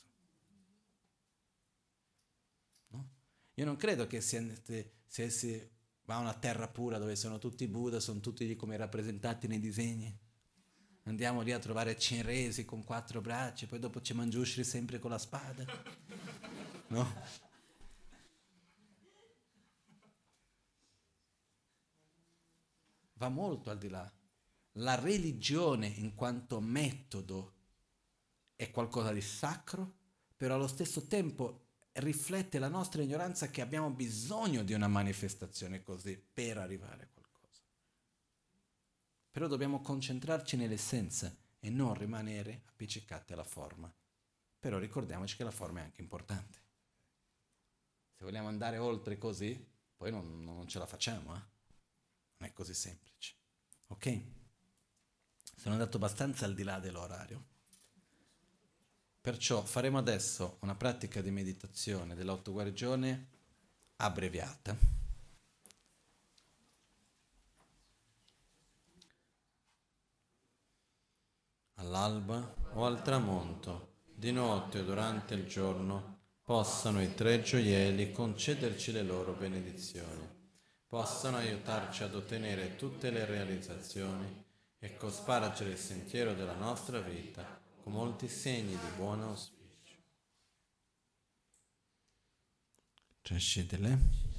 No? Io non credo che se si va a una terra pura dove sono tutti Buddha, sono tutti lì come rappresentati nei disegni. Andiamo lì a trovare Chenrezig con 4 braccia, poi dopo c'è Manjushri sempre con la spada. No? Va molto al di là. La religione in quanto metodo è qualcosa di sacro, però allo stesso tempo riflette la nostra ignoranza che abbiamo bisogno di una manifestazione così per arrivare a qualcosa. Però dobbiamo concentrarci nell'essenza e non rimanere appiccicati alla forma. Però ricordiamoci che la forma è anche importante. Se vogliamo andare oltre così, poi non ce la facciamo, eh? Non è così semplice. Ok? Sono andato abbastanza al di là dell'orario. Perciò faremo adesso una pratica di meditazione dell'autoguarigione abbreviata. all'alba o al tramonto, di notte o durante il giorno, possano i tre gioielli concederci le loro benedizioni, possano aiutarci ad ottenere tutte le realizzazioni e cospargere il sentiero della nostra vita con molti segni di buon auspicio. Trascidile.